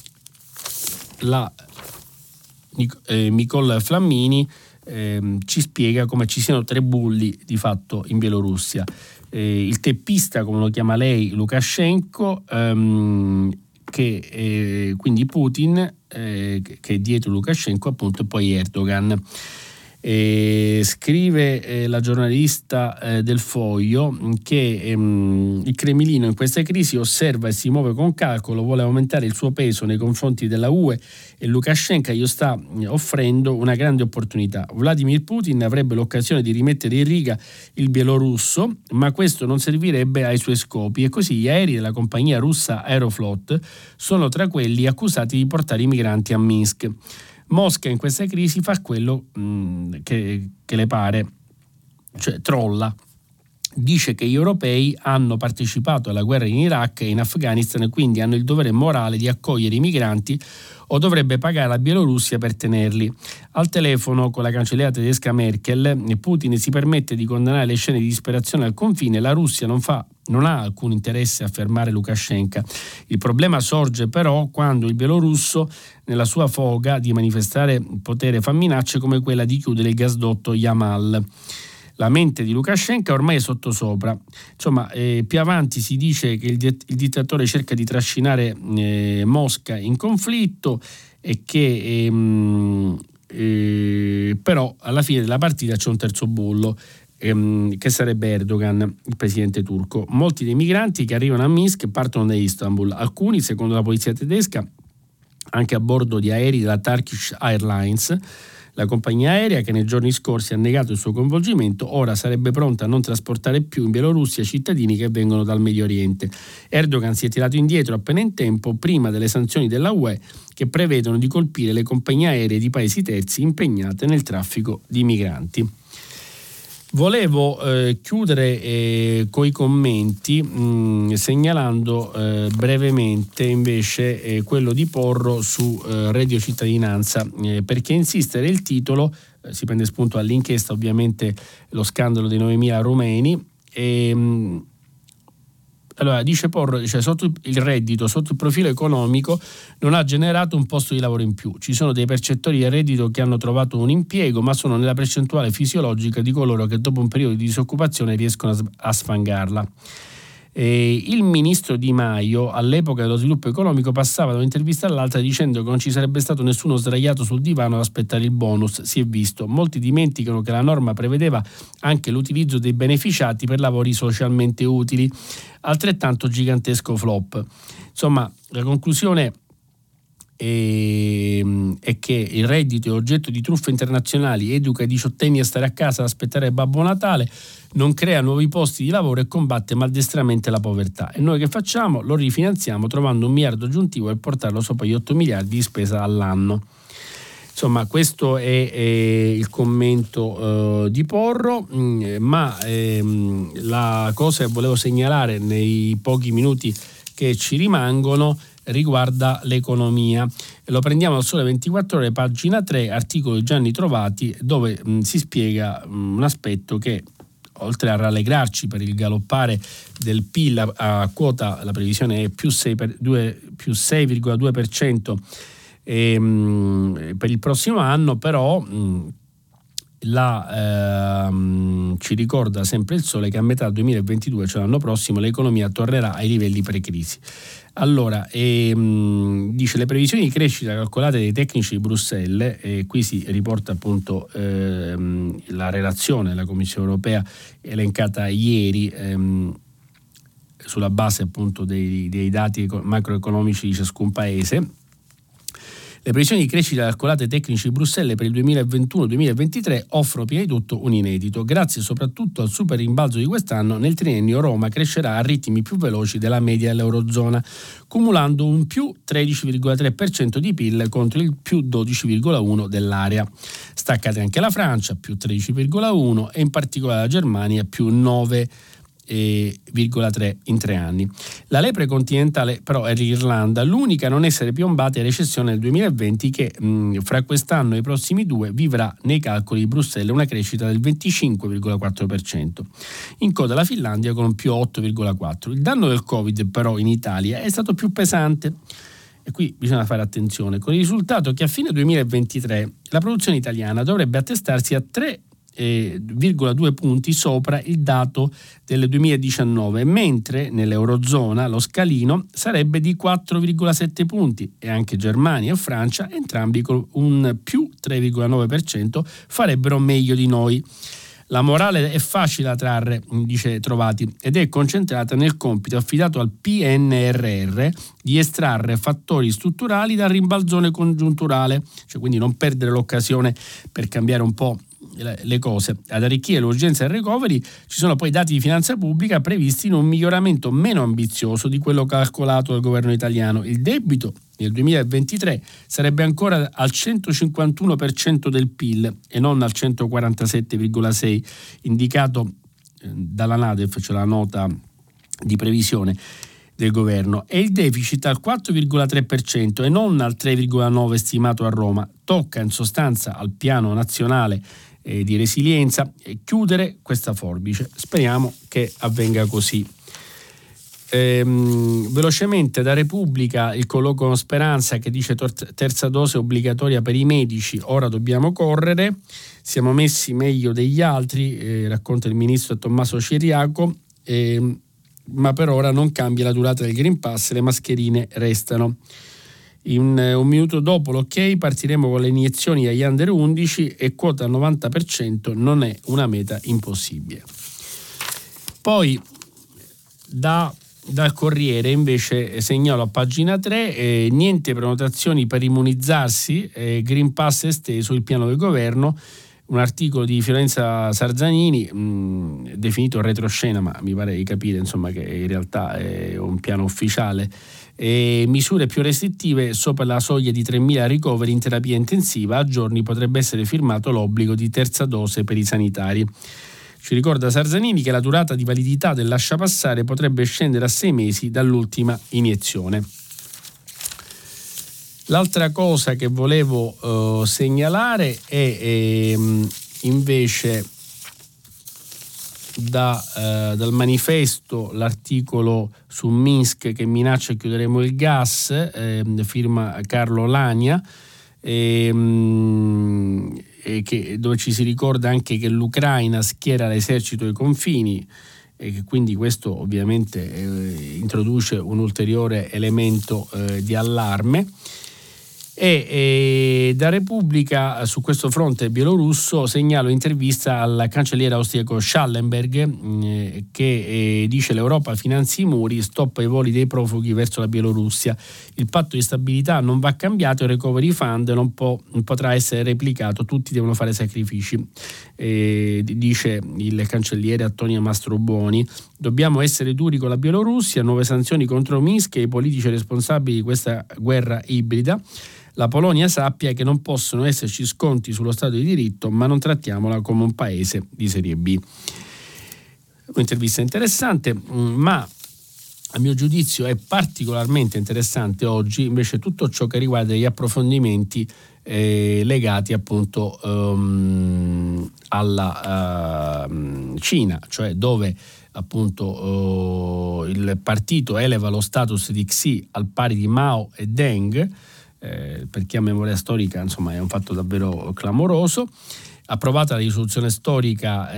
la eh, Nicole Flammini eh, ci spiega come ci siano tre bulli di fatto in Bielorussia. Eh, il teppista, come lo chiama lei, Lukashenko, ehm, che eh, quindi Putin, eh, che è dietro Lukashenko appunto, e poi Erdogan. E scrive eh, la giornalista eh, del Foglio che ehm, il Cremlino in questa crisi osserva e si muove con calcolo, vuole aumentare il suo peso nei confronti della U E, e Lukashenko gli sta offrendo una grande opportunità. Vladimir Putin avrebbe l'occasione di rimettere in riga il bielorusso, ma questo non servirebbe ai suoi scopi, e così gli aerei della compagnia russa Aeroflot sono tra quelli accusati di portare i migranti a Minsk. Mosca in questa crisi fa quello mh, che, che le pare, cioè trolla. Dice che gli europei hanno partecipato alla guerra in Iraq e in Afghanistan e quindi hanno il dovere morale di accogliere i migranti, o dovrebbe pagare la Bielorussia per tenerli. Al telefono con la cancelliera tedesca Merkel, Putin si permette di condannare le scene di disperazione al confine. La Russia non fa non ha alcun interesse a fermare Lukashenko. Il problema sorge però quando il bielorusso, nella sua foga di manifestare potere, fa minacce come quella di chiudere il gasdotto Yamal. La mente di Lukashenko ormai è sottosopra. Insomma, eh, più avanti si dice che il, il dittatore cerca di trascinare eh, Mosca in conflitto, e che ehm, eh, però alla fine della partita c'è un terzo bullo, ehm, che sarebbe Erdogan, il presidente turco. Molti dei migranti che arrivano a Minsk partono da Istanbul, alcuni, secondo la polizia tedesca, anche a bordo di aerei della Turkish Airlines. La compagnia aerea, che nei giorni scorsi ha negato il suo coinvolgimento, ora sarebbe pronta a non trasportare più in Bielorussia cittadini che vengono dal Medio Oriente. Erdogan si è tirato indietro appena in tempo, prima delle sanzioni della U E che prevedono di colpire le compagnie aeree di paesi terzi impegnate nel traffico di migranti. Volevo eh, chiudere eh, coi commenti mh, segnalando eh, brevemente invece eh, quello di Porro su eh, Radio Cittadinanza, eh, perché insistere il titolo, eh, si prende spunto all'inchiesta ovviamente lo scandalo dei novemila rumeni e mh, allora dice Porro, cioè, sotto il reddito, sotto il profilo economico non ha generato un posto di lavoro in più. Ci sono dei percettori del reddito che hanno trovato un impiego, ma sono nella percentuale fisiologica di coloro che dopo un periodo di disoccupazione riescono a, a sfangarla. E il ministro Di Maio all'epoca dello sviluppo economico passava da un'intervista all'altra dicendo che non ci sarebbe stato nessuno sdraiato sul divano ad aspettare il bonus. Si è visto. Molti dimenticano che la norma prevedeva anche l'utilizzo dei beneficiati per lavori socialmente utili. Altrettanto gigantesco flop. Insomma, la conclusione è, è che il reddito è oggetto di truffe internazionali, educa i diciottenni a stare a casa ad aspettare Babbo Natale, non crea nuovi posti di lavoro e combatte maldestramente la povertà. E noi che facciamo? Lo rifinanziamo trovando un miliardo aggiuntivo per portarlo sopra gli otto miliardi di spesa all'anno. Insomma, questo è, è il commento uh, di Porro, mh, ma ehm, la cosa che volevo segnalare nei pochi minuti che ci rimangono riguarda l'economia. Lo prendiamo dal Sole ventiquattro Ore, pagina tre, articolo di Gianni Trovati, dove mh, si spiega mh, un aspetto che, oltre a rallegrarci per il galoppare del P I L a, a quota, la previsione è più sei virgola due per cento e, mh, per il prossimo anno, però mh, la, ehm, ci ricorda sempre il Sole che a metà duemilaventidue, cioè l'anno prossimo, l'economia tornerà ai livelli pre-crisi. Allora, ehm, dice le previsioni di crescita calcolate dai tecnici di Bruxelles, e qui si riporta appunto ehm, la relazione della Commissione europea elencata ieri ehm, sulla base appunto dei, dei dati macroeconomici di ciascun paese. Le previsioni di crescita calcolate ai tecnici di Bruxelles per il duemilaventuno duemilaventitré offrono prima di tutto un inedito. Grazie soprattutto al super rimbalzo di quest'anno, nel triennio Roma crescerà a ritmi più veloci della media dell'Eurozona, cumulando un più tredici virgola tre per cento di P I L contro il più dodici virgola uno per cento dell'area. Staccate anche la Francia, più tredici virgola uno per cento, e in particolare la Germania, più nove virgola tre per cento in tre anni. La lepre continentale però è l'Irlanda, l'unica a non essere piombata in recessione nel duemilaventi, che mh, fra quest'anno e i prossimi due vivrà nei calcoli di Bruxelles una crescita del venticinque virgola quattro per cento. In coda la Finlandia con un più otto virgola quattro per cento. Il danno del Covid però in Italia è stato più pesante. E qui bisogna fare attenzione, con il risultato che a fine duemilaventitré la produzione italiana dovrebbe attestarsi a tre virgola due punti sopra il dato del duemiladiciannove, mentre nell'Eurozona lo scalino sarebbe di quattro virgola sette punti, e anche Germania e Francia, entrambi con un più tre virgola nove per cento, farebbero meglio di noi. La morale è facile da trarre, dice Trovati, ed è concentrata nel compito affidato al P N R R di estrarre fattori strutturali dal rimbalzone congiunturale, cioè quindi non perdere l'occasione per cambiare un po' le cose. Ad arricchire l'urgenza del recovery ci sono poi dati di finanza pubblica previsti in un miglioramento meno ambizioso di quello calcolato dal governo italiano. Il debito nel duemilaventitré sarebbe ancora al centocinquantuno per cento del P I L e non al centoquarantasette virgola sei per cento indicato dalla NADEF, cioè la nota di previsione del governo, e il deficit al quattro virgola tre per cento e non al tre virgola nove per cento stimato a Roma. Tocca in sostanza al piano nazionale eh, di resilienza e chiudere questa forbice. Speriamo che avvenga così. Ehm, velocemente da Repubblica il colloquio con Speranza che dice tor- terza dose obbligatoria per i medici, ora dobbiamo correre, siamo messi meglio degli altri, eh, racconta il ministro Tommaso Ciriaco, eh, ma per ora non cambia la durata del Green Pass, le mascherine restano. In eh, un minuto dopo l'ok partiremo con le iniezioni agli under undici e quota novanta per cento non è una meta impossibile. Poi da dal Corriere invece segnalo a pagina tre, eh, niente prenotazioni per immunizzarsi, eh, Green Pass esteso, il piano del governo. Un articolo di Fiorenza Sarzanini, mh, definito retroscena, ma mi pare di capire insomma che in realtà è un piano ufficiale. E misure più restrittive sopra la soglia di tremila ricoveri in terapia intensiva. A giorni potrebbe essere firmato l'obbligo di terza dose per i sanitari. Ci ricorda Sarzanini che la durata di validità del lasciapassare potrebbe scendere a sei mesi dall'ultima iniezione. L'altra cosa che volevo uh, segnalare è ehm, invece da, uh, dal manifesto l'articolo su Minsk che minaccia chiuderemo il gas, eh, firma Carlo Lania, ehm, e che, dove ci si ricorda anche che l'Ucraina schiera l'esercito ai confini e che quindi questo ovviamente eh, introduce un ulteriore elemento eh, di allarme. E, e da Repubblica su questo fronte bielorusso segnalo intervista al cancelliere austriaco Schallenberg eh, che eh, dice: l'Europa finanzia i muri, stoppa i voli dei profughi verso la Bielorussia, il patto di stabilità non va cambiato, il recovery fund non, può, non potrà essere replicato, tutti devono fare sacrifici, eh, dice il cancelliere Antonio Mastrobuoni. Dobbiamo essere duri con la Bielorussia, nuove sanzioni contro Minsk e i politici responsabili di questa guerra ibrida. La Polonia sappia che non possono esserci sconti sullo Stato di diritto, ma non trattiamola come un paese di serie B. Un'intervista interessante, ma a mio giudizio è particolarmente interessante oggi invece tutto ciò che riguarda gli approfondimenti eh, legati appunto um, alla uh, Cina, cioè dove appunto uh, il partito eleva lo status di Xi al pari di Mao e Deng. Eh, per chi ha memoria storica insomma è un fatto davvero clamoroso. Approvata la risoluzione storica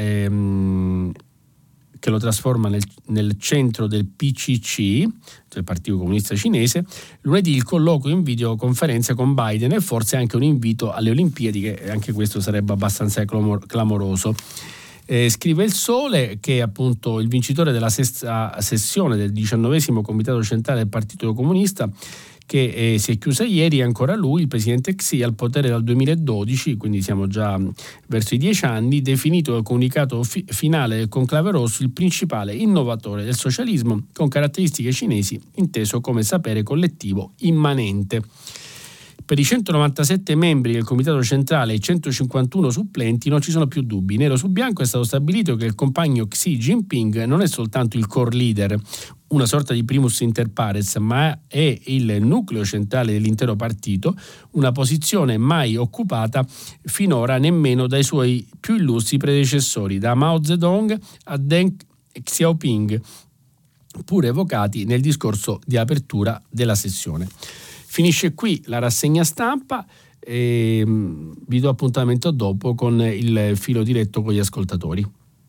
ehm, che lo trasforma nel, nel centro del P C C, cioè il Partito Comunista Cinese. Lunedì il colloquio in videoconferenza con Biden e forse anche un invito alle Olimpiadi, che anche questo sarebbe abbastanza clamor- clamoroso. Eh, scrive Il Sole che appunto il vincitore della sesta sessione del diciannovesimo Comitato Centrale del Partito Comunista, che eh, si è chiusa ieri, ancora lui, il presidente Xi, al potere dal duemiladodici, quindi siamo già verso i dieci anni, definito dal comunicato fi- finale del conclave rosso il principale innovatore del socialismo con caratteristiche cinesi, inteso come sapere collettivo immanente. Per i centonovantasette membri del Comitato Centrale e i centocinquantuno supplenti non ci sono più dubbi. Nero su bianco è stato stabilito che il compagno Xi Jinping non è soltanto il core leader, una sorta di primus inter pares, ma è il nucleo centrale dell'intero partito, una posizione mai occupata finora nemmeno dai suoi più illustri predecessori, da Mao Zedong a Deng Xiaoping, pure evocati nel discorso di apertura della sessione. Finisce qui la rassegna stampa e vi do appuntamento dopo con il filo diretto con gli ascoltatori.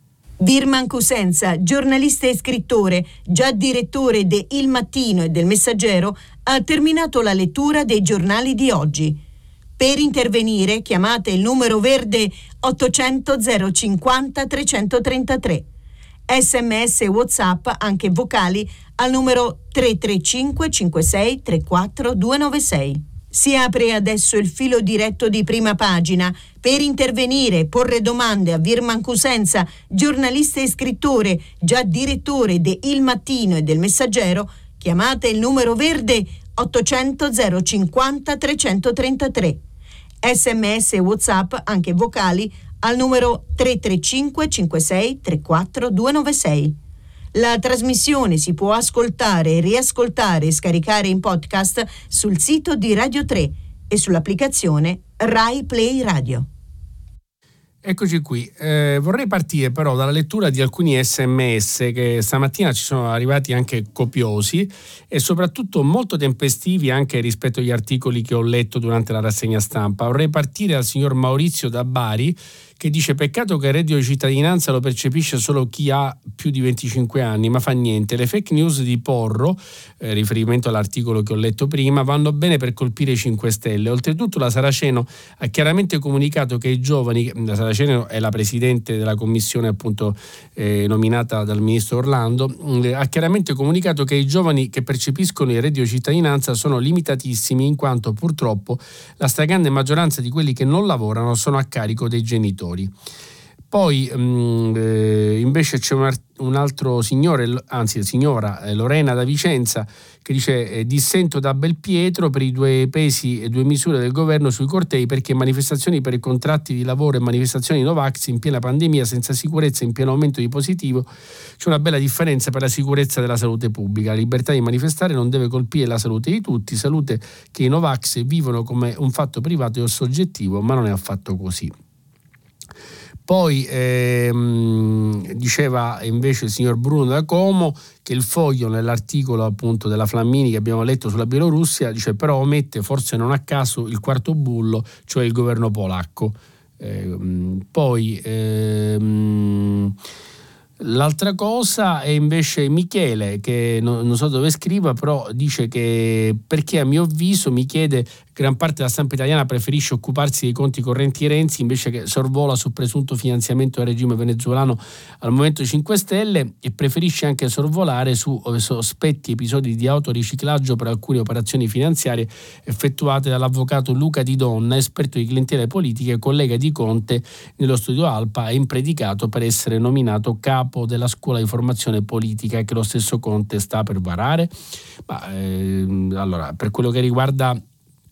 Virman Cosenza, giornalista e scrittore, già direttore de Il Mattino e del Messaggero, ha terminato la lettura dei giornali di oggi. Per intervenire chiamate il numero verde ottocento zero cinquanta trecentotrentatré. Sms e WhatsApp, anche vocali, al numero tre tre cinque cinque sei tre quattro due nove sei. Si apre adesso il filo diretto di Prima Pagina. Per intervenire e porre domande a Virman Cosenza, giornalista e scrittore, già direttore de Il Mattino e del Messaggero, chiamate il numero verde ottocento zero cinquanta trecentotrentatré. Sms e WhatsApp, anche vocali, al numero tre tre cinque cinque sei tre quattro due nove sei. La trasmissione si può ascoltare, riascoltare e scaricare in podcast sul sito di Radio tre e sull'applicazione Rai Play Radio. Eccoci qui, eh, vorrei partire però dalla lettura di alcuni sms che stamattina ci sono arrivati anche copiosi e soprattutto molto tempestivi anche rispetto agli articoli che ho letto durante la rassegna stampa. Vorrei partire dal signor Maurizio da Bari che dice: peccato che il reddito di cittadinanza lo percepisce solo chi ha più di venticinque anni, ma fa niente. Le fake news di Porro, eh, riferimento all'articolo che ho letto prima, vanno bene per colpire i cinque Stelle. Oltretutto la Saraceno ha chiaramente comunicato che i giovani, la Saraceno è la presidente della commissione appunto eh, nominata dal ministro Orlando, eh, ha chiaramente comunicato che i giovani che percepiscono il reddito di cittadinanza sono limitatissimi, in quanto purtroppo la stragrande maggioranza di quelli che non lavorano sono a carico dei genitori. Poi mh, eh, invece c'è un, art- un altro signore, anzi signora eh, Lorena da Vicenza, che dice eh, dissento da Belpietro per i due pesi e due misure del governo sui cortei, perché manifestazioni per i contratti di lavoro e manifestazioni Novax in piena pandemia, senza sicurezza, in pieno aumento di positivo, c'è una bella differenza per la sicurezza della salute pubblica. La libertà di manifestare non deve colpire la salute di tutti, salute che i Novax vivono come un fatto privato e soggettivo, ma non è affatto così. Poi ehm, diceva invece il signor Bruno da Como che il Foglio, nell'articolo appunto della Flammini che abbiamo letto sulla Bielorussia, dice però omette, forse non a caso, il quarto bullo, cioè il governo polacco. Eh, poi ehm, l'altra cosa è invece Michele, che non, non so dove scriva, però dice che perché a mio avviso, mi chiede, gran parte della stampa italiana preferisce occuparsi dei conti correnti Renzi invece che sorvola sul presunto finanziamento del regime venezuelano al Movimento cinque Stelle, e preferisce anche sorvolare su sospetti episodi di autoriciclaggio per alcune operazioni finanziarie effettuate dall'avvocato Luca Di Donna, esperto di clientele politiche, collega di Conte nello studio Alpa e impredicato per essere nominato capo della scuola di formazione politica che lo stesso Conte sta per varare. Ma, ehm, allora, per quello che riguarda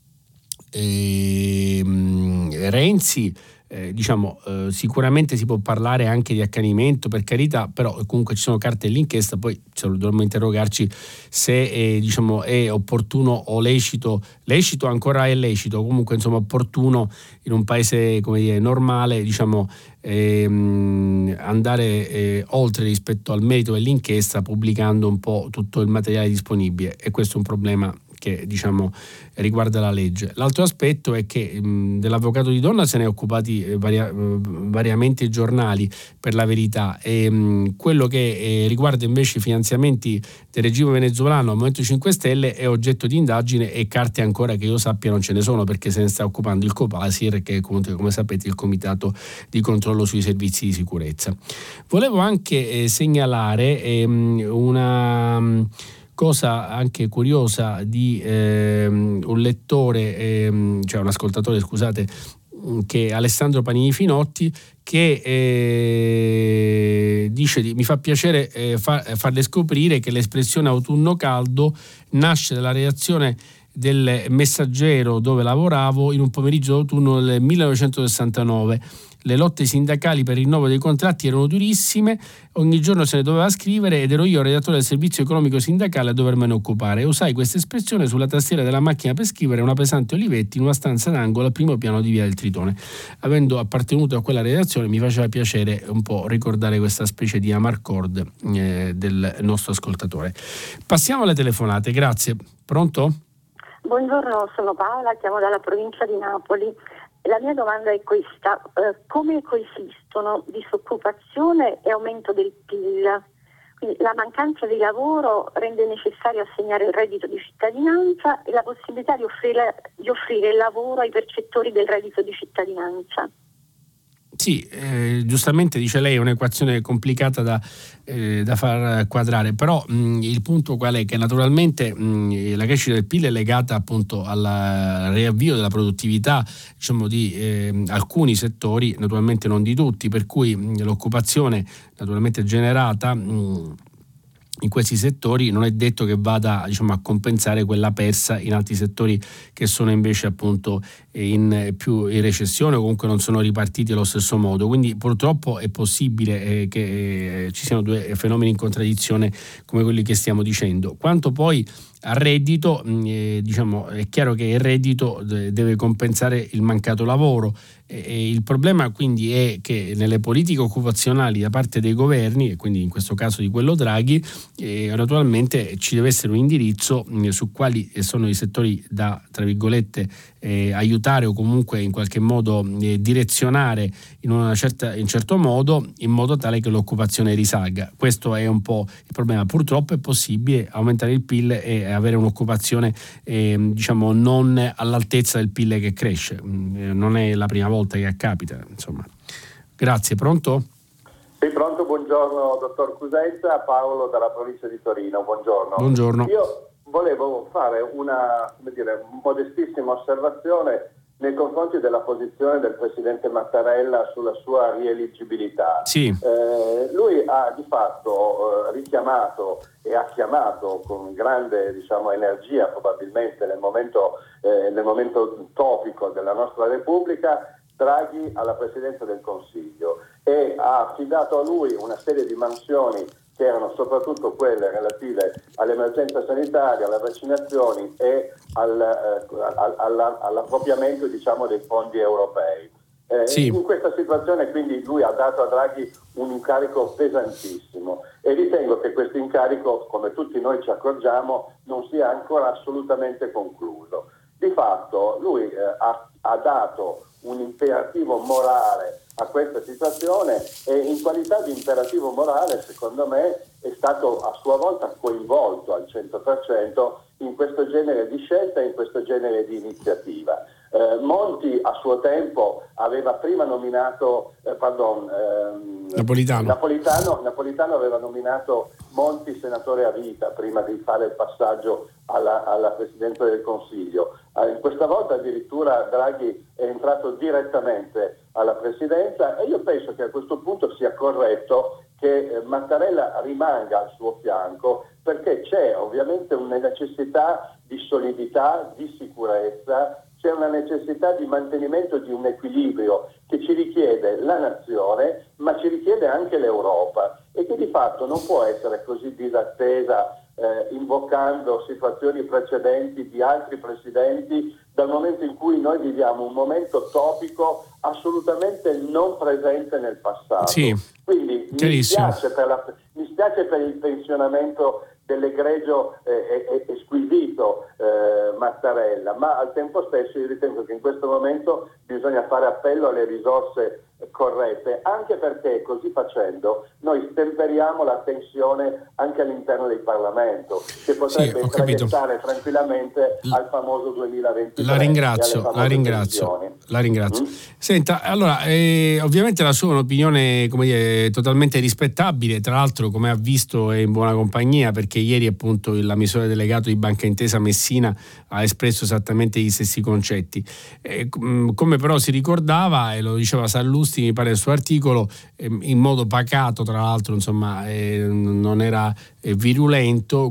Eh, Renzi, eh, diciamo eh, sicuramente si può parlare anche di accanimento, per carità, però comunque ci sono carte dell'inchiesta, poi dovremmo interrogarci se eh, diciamo è opportuno o lecito, lecito ancora è lecito, comunque insomma opportuno in un paese come dire normale, diciamo ehm, andare eh, oltre rispetto al merito dell'inchiesta pubblicando un po' tutto il materiale disponibile, e questo è un problema che diciamo riguarda la legge. L'altro aspetto è che mh, dell'avvocato Di Donna se ne è occupati eh, varia, eh, variamente i giornali, per la verità, e mh, quello che eh, riguarda invece i finanziamenti del regime venezuelano al Movimento cinque Stelle è oggetto di indagine, e carte ancora che io sappia non ce ne sono, perché se ne sta occupando il Copasir, che è come, come sapete il comitato di controllo sui servizi di sicurezza. Volevo anche eh, segnalare eh, una mh, cosa anche curiosa di ehm, un lettore, ehm, cioè un ascoltatore, scusate, che è Alessandro Panini Finotti, che eh, dice di, mi fa piacere eh, far, farle scoprire che l'espressione autunno caldo nasce dalla redazione del Messaggero dove lavoravo in un pomeriggio d'autunno del millenovecentosessantanove. Le lotte sindacali per il rinnovo dei contratti erano durissime, ogni giorno se ne doveva scrivere ed ero io, redattore del servizio economico sindacale, a dovermene occupare. E usai questa espressione sulla tastiera della macchina per scrivere una pesante Olivetti in una stanza d'angolo al primo piano di Via del Tritone. Avendo appartenuto a quella redazione mi faceva piacere un po' ricordare questa specie di amarcord eh, del nostro ascoltatore. Passiamo alle telefonate, grazie. Pronto? Buongiorno, sono Paola, chiamo dalla provincia di Napoli. La mia domanda è questa: eh, come coesistono disoccupazione e aumento del P I L? Quindi la mancanza di lavoro rende necessario assegnare il reddito di cittadinanza e la possibilità di offrire, di offrire il lavoro ai percettori del reddito di cittadinanza. Sì, eh, giustamente dice lei, è un'equazione complicata da, eh, da far quadrare, però mh, il punto qual è? Che naturalmente mh, la crescita del P I L è legata appunto al riavvio della produttività, diciamo, di eh, alcuni settori, naturalmente non di tutti, per cui mh, l'occupazione naturalmente generata mh, in questi settori non è detto che vada, diciamo, a compensare quella persa in altri settori che sono invece appunto in più in recessione o comunque non sono ripartiti allo stesso modo. Quindi purtroppo è possibile eh, che eh, ci siano due fenomeni in contraddizione come quelli che stiamo dicendo. Quanto poi al reddito, eh, diciamo, è chiaro che il reddito deve compensare il mancato lavoro. E il problema quindi è che nelle politiche occupazionali da parte dei governi, e quindi in questo caso di quello Draghi, eh, naturalmente ci deve essere un indirizzo eh, su quali sono i settori da, tra virgolette, eh, aiutare o comunque in qualche modo eh, direzionare in una certa, in certo modo, in modo tale che l'occupazione risalga. Questo è un po' il problema. Purtroppo è possibile aumentare il P I L e avere un'occupazione eh, diciamo non all'altezza del P I L che cresce. Eh, non è la prima volta che capita, insomma. Grazie, pronto? Sì, pronto, buongiorno dottor Cusenza, Paolo dalla provincia di Torino, buongiorno. Buongiorno. Io volevo fare una, come dire, modestissima osservazione nei confronti della posizione del presidente Mattarella sulla sua rieleggibilità. Sì. Eh, lui ha di fatto eh, richiamato e ha chiamato con grande, diciamo, energia, probabilmente nel momento, eh, nel momento topico della nostra Repubblica, Draghi alla Presidenza del Consiglio e ha affidato a lui una serie di mansioni che erano soprattutto quelle relative all'emergenza sanitaria, alle vaccinazioni e al, eh, all, all, all'appropriamento, diciamo, dei fondi europei. Eh, sì. In questa situazione quindi lui ha dato a Draghi un incarico pesantissimo e ritengo che questo incarico, come tutti noi ci accorgiamo, non sia ancora assolutamente concluso. Di fatto lui eh, ha, ha dato un imperativo morale a questa situazione e in qualità di imperativo morale, secondo me, è stato a sua volta coinvolto al cento per cento in questo genere di scelta e in questo genere di iniziativa. Eh, Monti a suo tempo aveva prima nominato eh, pardon, ehm, Napolitano. Napolitano Napolitano aveva nominato Monti senatore a vita prima di fare il passaggio alla, alla Presidenza del Consiglio. Eh, questa volta addirittura Draghi è entrato direttamente alla Presidenza e io penso che a questo punto sia corretto che eh, Mattarella rimanga al suo fianco, perché c'è ovviamente una necessità di solidità, di sicurezza, c'è una necessità di mantenimento di un equilibrio che ci richiede la nazione, ma ci richiede anche l'Europa e che di fatto non può essere così disattesa eh, invocando situazioni precedenti di altri presidenti, dal momento in cui noi viviamo un momento topico assolutamente non presente nel passato. Sì. Quindi mi spiace, per la, mi spiace per il pensionamento dell'egregio eh, eh, squisito eh, Mattarella, ma al tempo stesso io ritengo che in questo momento bisogna fare appello alle risorse corrette, anche perché così facendo noi stemperiamo la tensione anche all'interno del Parlamento, che potrebbe sì, traghettare tranquillamente L- al famoso duemilaventitré. La ringrazio, la ringrazio, la ringrazio. Mm? Senta, allora, eh, ovviamente la sua è un'opinione, come dire, totalmente rispettabile, tra l'altro come ha visto è in buona compagnia, perché ieri appunto l'amministratore delegato di Banca Intesa Messina ha espresso esattamente gli stessi concetti. Eh, come però si ricordava, e lo diceva Sallusti, mi pare il suo articolo, eh, in modo pacato, tra l'altro, insomma, eh, non era eh, virulento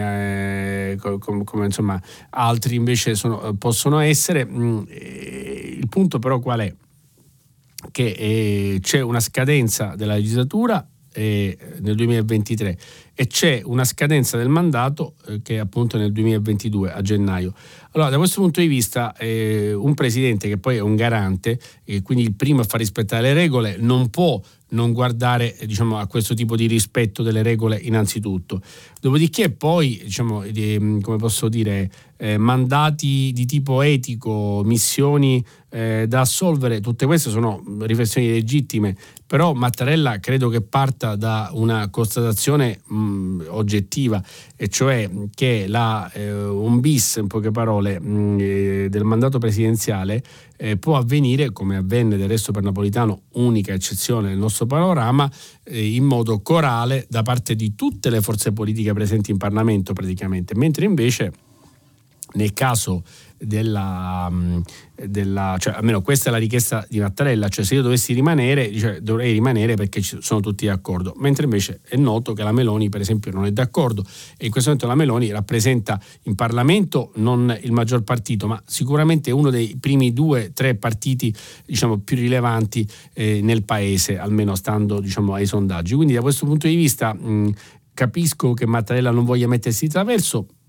come, eh, come, come insomma altri invece sono, possono essere. Mm, eh, il punto però qual è? Che eh, c'è una scadenza della legislatura eh, nel duemilaventitré e c'è una scadenza del mandato eh, che è appunto nel duemilaventidue a gennaio. Allora, da questo punto di vista eh, un presidente che poi è un garante e quindi il primo a far rispettare le regole non può non guardare, diciamo, a questo tipo di rispetto delle regole innanzitutto. Dopodiché poi, diciamo, eh, come posso dire, eh, mandati di tipo etico, missioni eh, da assolvere, tutte queste sono riflessioni legittime, però Mattarella credo che parta da una constatazione mh, oggettiva, e cioè che la, eh, un bis, in poche parole, mh, eh, del mandato presidenziale eh, può avvenire, come avvenne del resto per Napolitano, unica eccezione nel nostro panorama, eh, in modo corale da parte di tutte le forze politiche presenti in Parlamento praticamente, mentre invece nel caso della, della cioè almeno questa è la richiesta di Mattarella, cioè se io dovessi rimanere, dice, dovrei rimanere perché ci sono tutti d'accordo, mentre invece è noto che la Meloni per esempio non è d'accordo e in questo momento la Meloni rappresenta in Parlamento non il maggior partito, ma sicuramente uno dei primi due tre partiti, diciamo, più rilevanti eh, nel paese, almeno stando, diciamo, ai sondaggi. Quindi da questo punto di vista mh, capisco che Mattarella non voglia mettersi di traverso.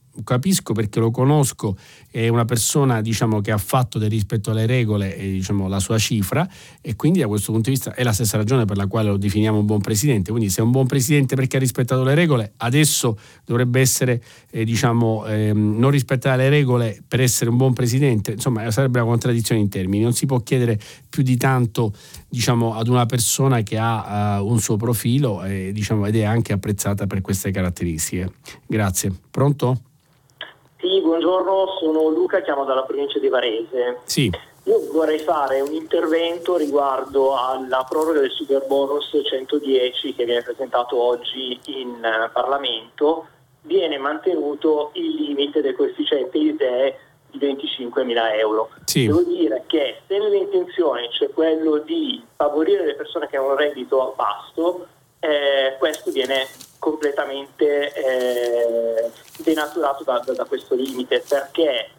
capisco perché lo conosco, è una persona diciamo che ha fatto del rispetto alle regole eh, diciamo la sua cifra, e quindi da questo punto di vista è la stessa ragione per la quale lo definiamo un buon presidente. Quindi se è un buon presidente perché ha rispettato le regole, adesso dovrebbe essere eh, diciamo ehm, non rispettare le regole per essere un buon presidente. Insomma, sarebbe una contraddizione in termini. Non si può chiedere più di tanto diciamo ad una persona che ha uh, un suo profilo eh, diciamo, ed è anche apprezzata per queste caratteristiche. Grazie. Pronto? Sì, buongiorno, sono Luca, chiamo dalla provincia di Varese. Sì. Io vorrei fare un intervento riguardo alla proroga del super bonus centodieci che viene presentato oggi in uh, Parlamento. Viene mantenuto il limite del coefficiente I S E E di venticinquemila euro. Sì. Devo dire che se nelle intenzioni c'è quello di favorire le persone che hanno un reddito basso, eh, questo viene completamente eh, denaturato da, da, da questo limite, perché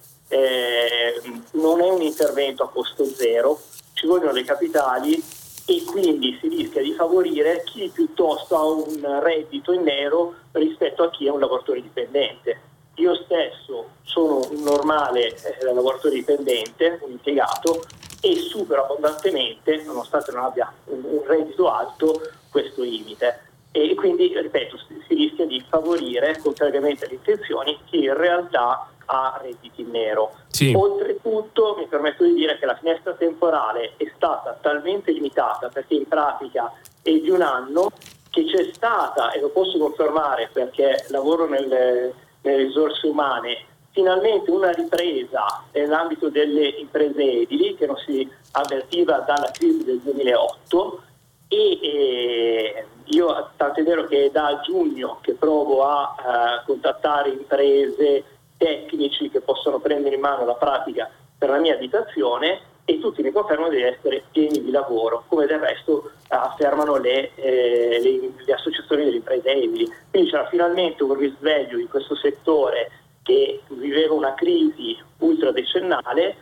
eh, non è un intervento a costo zero, ci vogliono dei capitali e quindi si rischia di favorire chi piuttosto ha un reddito in nero rispetto a chi è un lavoratore dipendente. Io stesso sono un normale eh, lavoratore dipendente, un impiegato, e supero abbondantemente, nonostante non abbia un, un reddito alto, questo limite. E quindi, ripeto, si, si rischia di favorire, contrariamente alle intenzioni, chi in realtà ha redditi in nero. Sì. Oltretutto mi permetto di dire che la finestra temporale è stata talmente limitata, perché in pratica è di un anno, che c'è stata, e lo posso confermare perché lavoro nelle, nelle risorse umane, finalmente una ripresa nell'ambito delle imprese edili che non si avvertiva dalla crisi del duemilaotto, e eh, io tant'è vero che è da giugno che provo a uh, contattare imprese, tecnici che possono prendere in mano la pratica per la mia abitazione, e tutti mi confermano di essere pieni di lavoro, come del resto uh, affermano le, eh, le, le associazioni delle imprese edili. Quindi c'era finalmente un risveglio di questo settore che viveva una crisi ultradecennale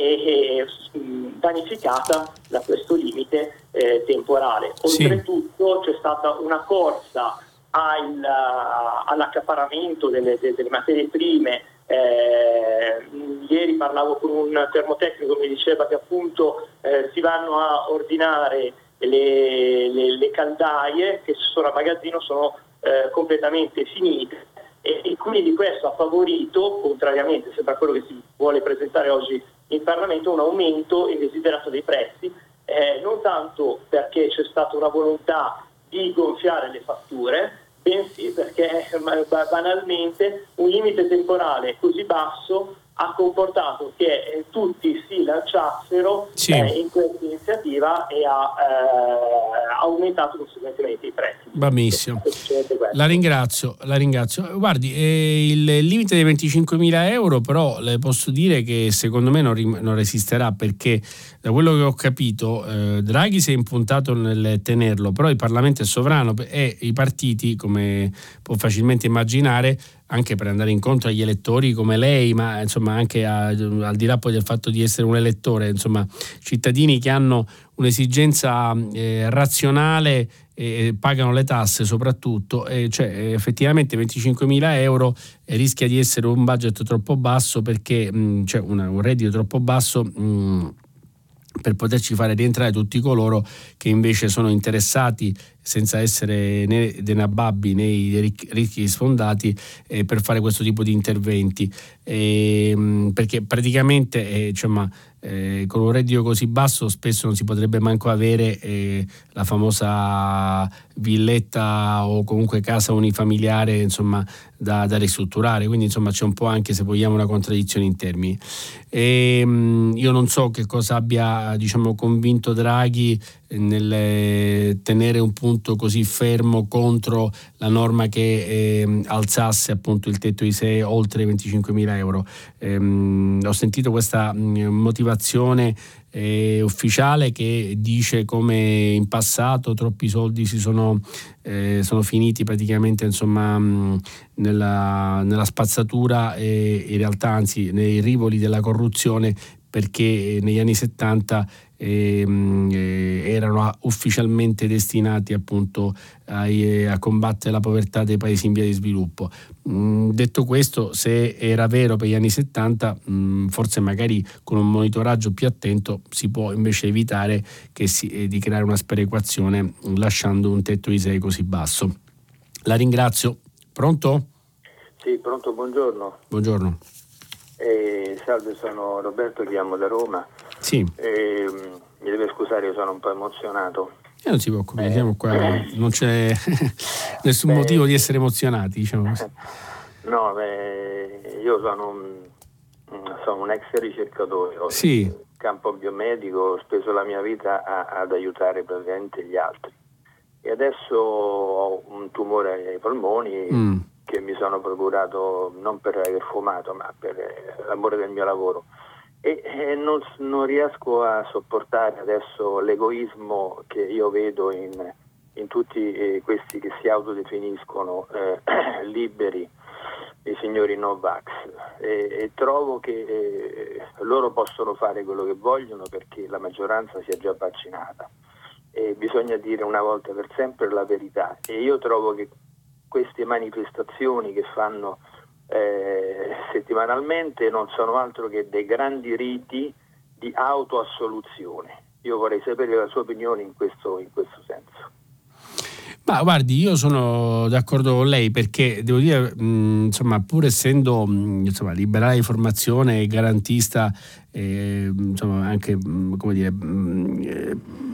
e vanificata da questo limite eh, temporale. Oltretutto sì. C'è stata una corsa al, all'accaparramento delle, delle materie prime. Eh, ieri parlavo con un termotecnico che mi diceva che appunto eh, si vanno a ordinare le, le, le caldaie che sono a magazzino, sono eh, completamente finite, e, e quindi questo ha favorito, contrariamente sempre a quello che si vuole presentare oggi in Parlamento, un aumento indesiderato dei prezzi, eh, non tanto perché c'è stata una volontà di gonfiare le fatture, bensì perché banalmente un limite temporale così basso ha comportato che eh, tutti si lanciassero sì. eh, in questa iniziativa e ha eh, aumentato conseguentemente i prezzi. Benissimo. La ringrazio, la ringrazio. Guardi, eh, il limite dei venticinquemila euro però le posso dire che secondo me non, rim- non resisterà, perché da quello che ho capito eh, Draghi si è impuntato nel tenerlo, però il Parlamento è sovrano e i partiti, come può facilmente immaginare, anche per andare incontro agli elettori come lei, ma insomma anche a, al di là poi del fatto di essere un elettore, insomma cittadini che hanno un'esigenza eh, razionale e pagano le tasse soprattutto, e cioè effettivamente venticinquemila euro eh, rischia di essere un budget troppo basso, perché mh, cioè una, un reddito troppo basso mh, per poterci fare rientrare tutti coloro che invece sono interessati, senza essere né denababbi né ricchi, ricchi sfondati, eh, per fare questo tipo di interventi, eh, perché praticamente eh, insomma, eh, con un reddito così basso spesso non si potrebbe manco avere eh, la famosa villetta o comunque casa unifamiliare, insomma, da, da ristrutturare, quindi insomma c'è un po' anche, se vogliamo, una contraddizione in termini. E, mh, io non so che cosa abbia, diciamo, convinto Draghi nel tenere un punto così fermo contro la norma che eh, alzasse appunto il tetto I S E E oltre i venticinquemila euro. Ehm, ho sentito questa mh, motivazione eh, ufficiale che dice come in passato troppi soldi si sono, eh, sono finiti praticamente, insomma, mh, nella, nella spazzatura e in realtà anzi nei rivoli della corruzione, perché negli anni settanta eh, eh, erano ufficialmente destinati appunto ai, a combattere la povertà dei paesi in via di sviluppo. Mm, detto questo, se era vero per gli anni settanta, mm, forse magari con un monitoraggio più attento si può invece evitare che si, eh, di creare una sperequazione lasciando un tetto I S E E così basso. La ringrazio. Pronto? Sì, pronto, buongiorno. Buongiorno. Eh, salve, sono Roberto, chiamo da Roma. Sì. Eh, mi deve scusare, io sono un po' emozionato. E non si preoccupi, eh. siamo qua, non c'è nessun beh, motivo di essere emozionati, diciamo così. No, beh, io sono un, sono un ex ricercatore, ho sì. in campo biomedico, ho speso la mia vita a, ad aiutare praticamente gli altri. E adesso ho un tumore ai polmoni mm. che mi sono procurato non per aver fumato, ma per l'amore del mio lavoro. E, e non, non riesco a sopportare adesso l'egoismo che io vedo in, in tutti eh, questi che si autodefiniscono eh, liberi, i signori Novax, e, e trovo che eh, loro possono fare quello che vogliono perché la maggioranza si è già vaccinata. E bisogna dire una volta per sempre la verità, e io trovo che queste manifestazioni che fanno eh, settimanalmente non sono altro che dei grandi riti di autoassoluzione. Io vorrei sapere la sua opinione in questo, in questo senso. Ma guardi, io sono d'accordo con lei perché devo dire, mh, insomma, pur essendo mh, insomma, liberale di formazione e garantista, eh, insomma, anche mh, come dire, mh, eh,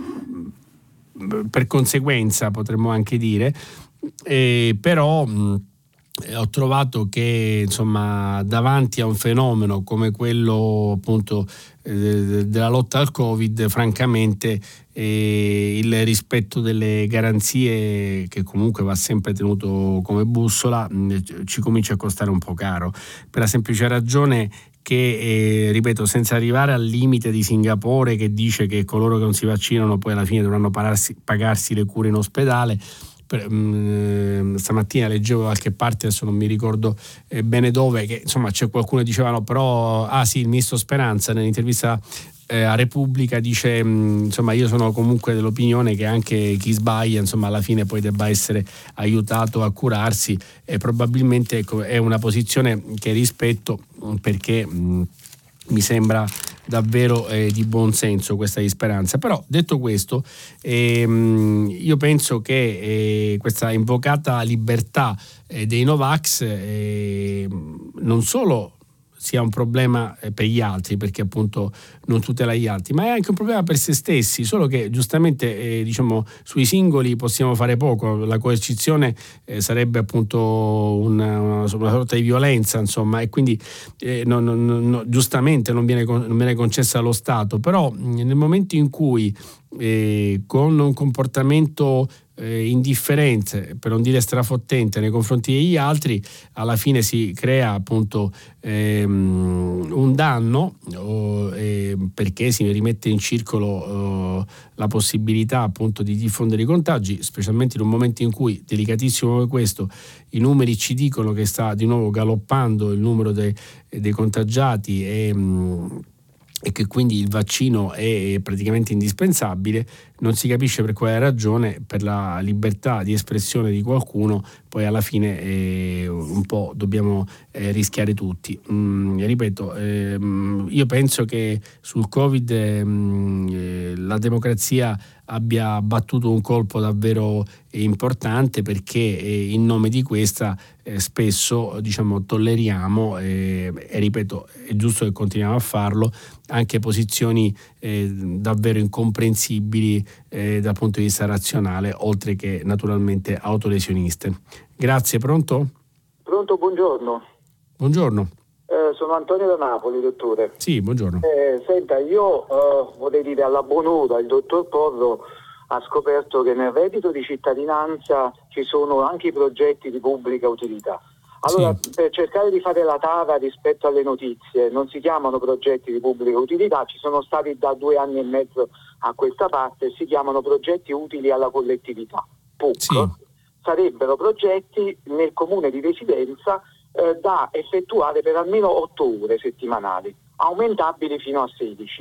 per conseguenza potremmo anche dire, eh, però mh, ho trovato che insomma davanti a un fenomeno come quello appunto eh, della lotta al Covid, francamente eh, il rispetto delle garanzie, che comunque va sempre tenuto come bussola, mh, ci comincia a costare un po' caro, per la semplice ragione che, eh, ripeto, senza arrivare al limite di Singapore che dice che coloro che non si vaccinano poi alla fine dovranno pagarsi, pagarsi le cure in ospedale. Per, mh, stamattina leggevo da qualche parte, adesso non mi ricordo eh, bene dove, che insomma c'è qualcuno che diceva no, però, ah sì, il ministro Speranza nell'intervista eh, a Repubblica dice mh, insomma io sono comunque dell'opinione che anche chi sbaglia insomma alla fine poi debba essere aiutato a curarsi, e probabilmente ecco, è una posizione che rispetto, perché mh, mi sembra davvero eh, di buon senso questa di Speranza. Però detto questo, ehm, io penso che eh, questa invocata libertà eh, dei Novax eh, non solo sia un problema per gli altri, perché appunto non tutela gli altri, ma è anche un problema per se stessi, solo che giustamente eh, diciamo sui singoli possiamo fare poco. La coercizione eh, sarebbe appunto una, una, una sorta di violenza, insomma, e quindi eh, non, non, non, giustamente non viene, non viene concessa allo Stato, però nel momento in cui eh, con un comportamento Eh, indifferenza, per non dire strafottente nei confronti degli altri, alla fine si crea appunto ehm, un danno oh, eh, perché si rimette in circolo oh, la possibilità appunto di diffondere i contagi, specialmente in un momento in cui, delicatissimo come questo, i numeri ci dicono che sta di nuovo galoppando il numero dei, dei contagiati e mh, e che quindi il vaccino è praticamente indispensabile. Non si capisce per quale ragione, per la libertà di espressione di qualcuno, poi alla fine eh, un po' dobbiamo eh, rischiare tutti. Mm, ripeto, ehm, io penso che sul Covid ehm, eh, la democrazia abbia battuto un colpo davvero importante, perché eh, in nome di questa eh, spesso diciamo tolleriamo eh, e ripeto, è giusto che continuiamo a farlo, anche posizioni eh, davvero incomprensibili eh, dal punto di vista razionale, oltre che naturalmente autolesioniste. Grazie. Pronto? Pronto, buongiorno. Buongiorno. Eh, sono Antonio da Napoli, dottore. Sì, buongiorno. Eh, senta, io eh, vorrei dire alla buon'ora, il dottor Porro ha scoperto che nel reddito di cittadinanza ci sono anche i progetti di pubblica utilità. Allora, sì, per cercare di fare la tara rispetto alle notizie, non si chiamano progetti di pubblica utilità, ci sono stati da due anni e mezzo a questa parte, si chiamano progetti utili alla collettività, P U C. Sì. Sarebbero progetti nel comune di residenza eh, da effettuare per almeno otto ore settimanali, aumentabili fino a sedici.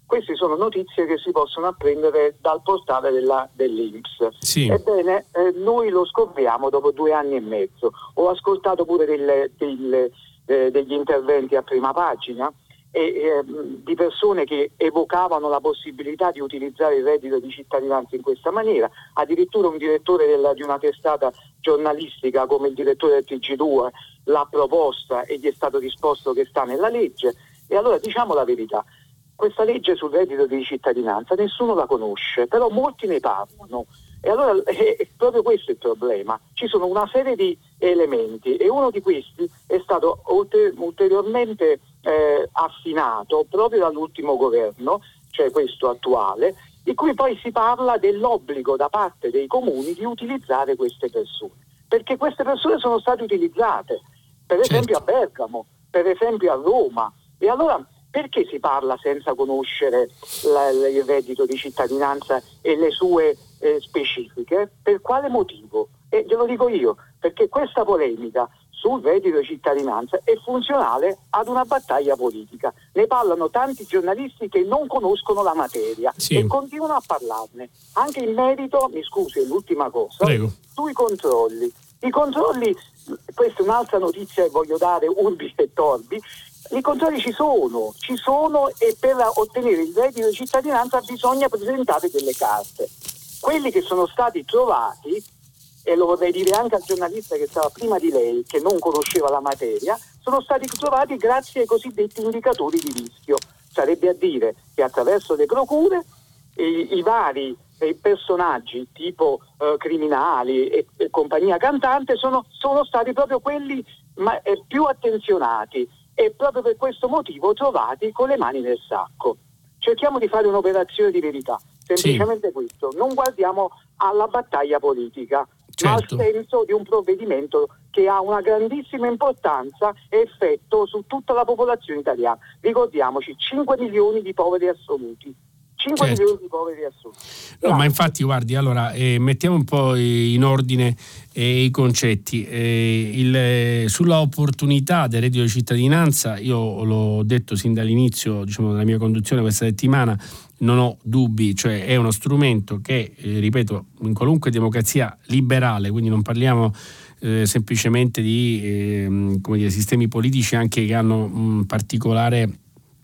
Queste sono notizie che si possono apprendere dal portale della, dell'I N P S. Sì. Ebbene, eh, noi lo scopriamo dopo due anni e mezzo. Ho ascoltato pure del, del, eh, degli interventi a prima pagina e, eh, di persone che evocavano la possibilità di utilizzare il reddito di cittadinanza in questa maniera. Addirittura un direttore della, di una testata giornalistica come il direttore del T G due l'ha proposta e gli è stato risposto che sta nella legge. E allora diciamo la verità. Questa legge sul reddito di cittadinanza nessuno la conosce, però molti ne parlano. E allora è, è proprio questo il problema. Ci sono una serie di elementi e uno di questi è stato ulter- ulteriormente eh, affinato proprio dall'ultimo governo, cioè questo attuale, in cui poi si parla dell'obbligo da parte dei comuni di utilizzare queste persone. Perché queste persone sono state utilizzate, per esempio certo. a Bergamo, per esempio a Roma. E allora perché si parla senza conoscere la, il reddito di cittadinanza e le sue eh, specifiche? Per quale motivo? E glielo dico io, perché questa polemica sul reddito di cittadinanza è funzionale ad una battaglia politica. Ne parlano tanti giornalisti che non conoscono la materia sì. e continuano a parlarne. Anche in merito, mi scusi, è l'ultima cosa, Prego. sui controlli. I controlli, questa è un'altra notizia che voglio dare, urbi e torbi. I controlli ci sono, ci sono e per ottenere il reddito di cittadinanza bisogna presentare delle carte. Quelli che sono stati trovati, e lo vorrei dire anche al giornalista che stava prima di lei, che non conosceva la materia, sono stati trovati grazie ai cosiddetti indicatori di rischio. Sarebbe a dire che attraverso le procure i, i vari i personaggi tipo eh, criminali e, e compagnia cantante sono, sono stati proprio quelli ma, eh, più attenzionati e proprio per questo motivo trovati con le mani nel sacco. Cerchiamo di fare un'operazione di verità, semplicemente sì. questo, non guardiamo alla battaglia politica, certo. ma al senso di un provvedimento che ha una grandissima importanza e effetto su tutta la popolazione italiana. Ricordiamoci, cinque milioni di poveri assoluti. cinque certo. milioni di poveri assoluti. No, ma infatti, guardi, allora eh, mettiamo un po' in ordine eh, i concetti. Eh, il, eh, sulla opportunità del reddito di cittadinanza, io l'ho detto sin dall'inizio, diciamo, della mia conduzione questa settimana, non ho dubbi, cioè è uno strumento che, eh, ripeto, in qualunque democrazia liberale, quindi non parliamo eh, semplicemente di eh, come dire, sistemi politici anche che hanno un particolare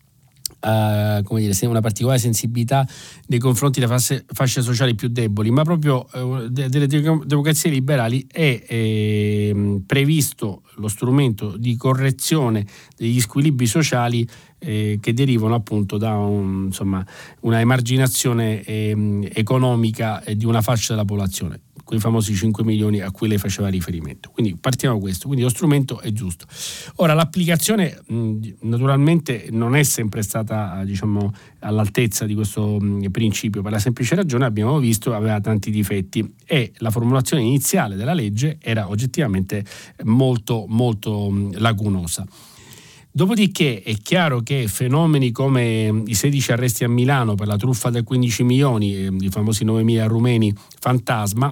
Uh, come dire, una particolare sensibilità nei confronti delle fasce, fasce sociali più deboli, ma proprio uh, delle democrazie liberali è eh, previsto lo strumento di correzione degli squilibri sociali eh, che derivano appunto da un, insomma, una emarginazione eh, economica di una fascia della popolazione, quei famosi cinque milioni a cui lei faceva riferimento. Quindi partiamo da questo, quindi lo strumento è giusto. Ora l'applicazione mh, naturalmente non è sempre stata, diciamo, all'altezza di questo mh, principio, per la semplice ragione, abbiamo visto, aveva tanti difetti e la formulazione iniziale della legge era oggettivamente molto molto mh, lacunosa. Dopodiché è chiaro che fenomeni come i sedici arresti a Milano per la truffa da quindici milioni, eh, i famosi novemila rumeni fantasma,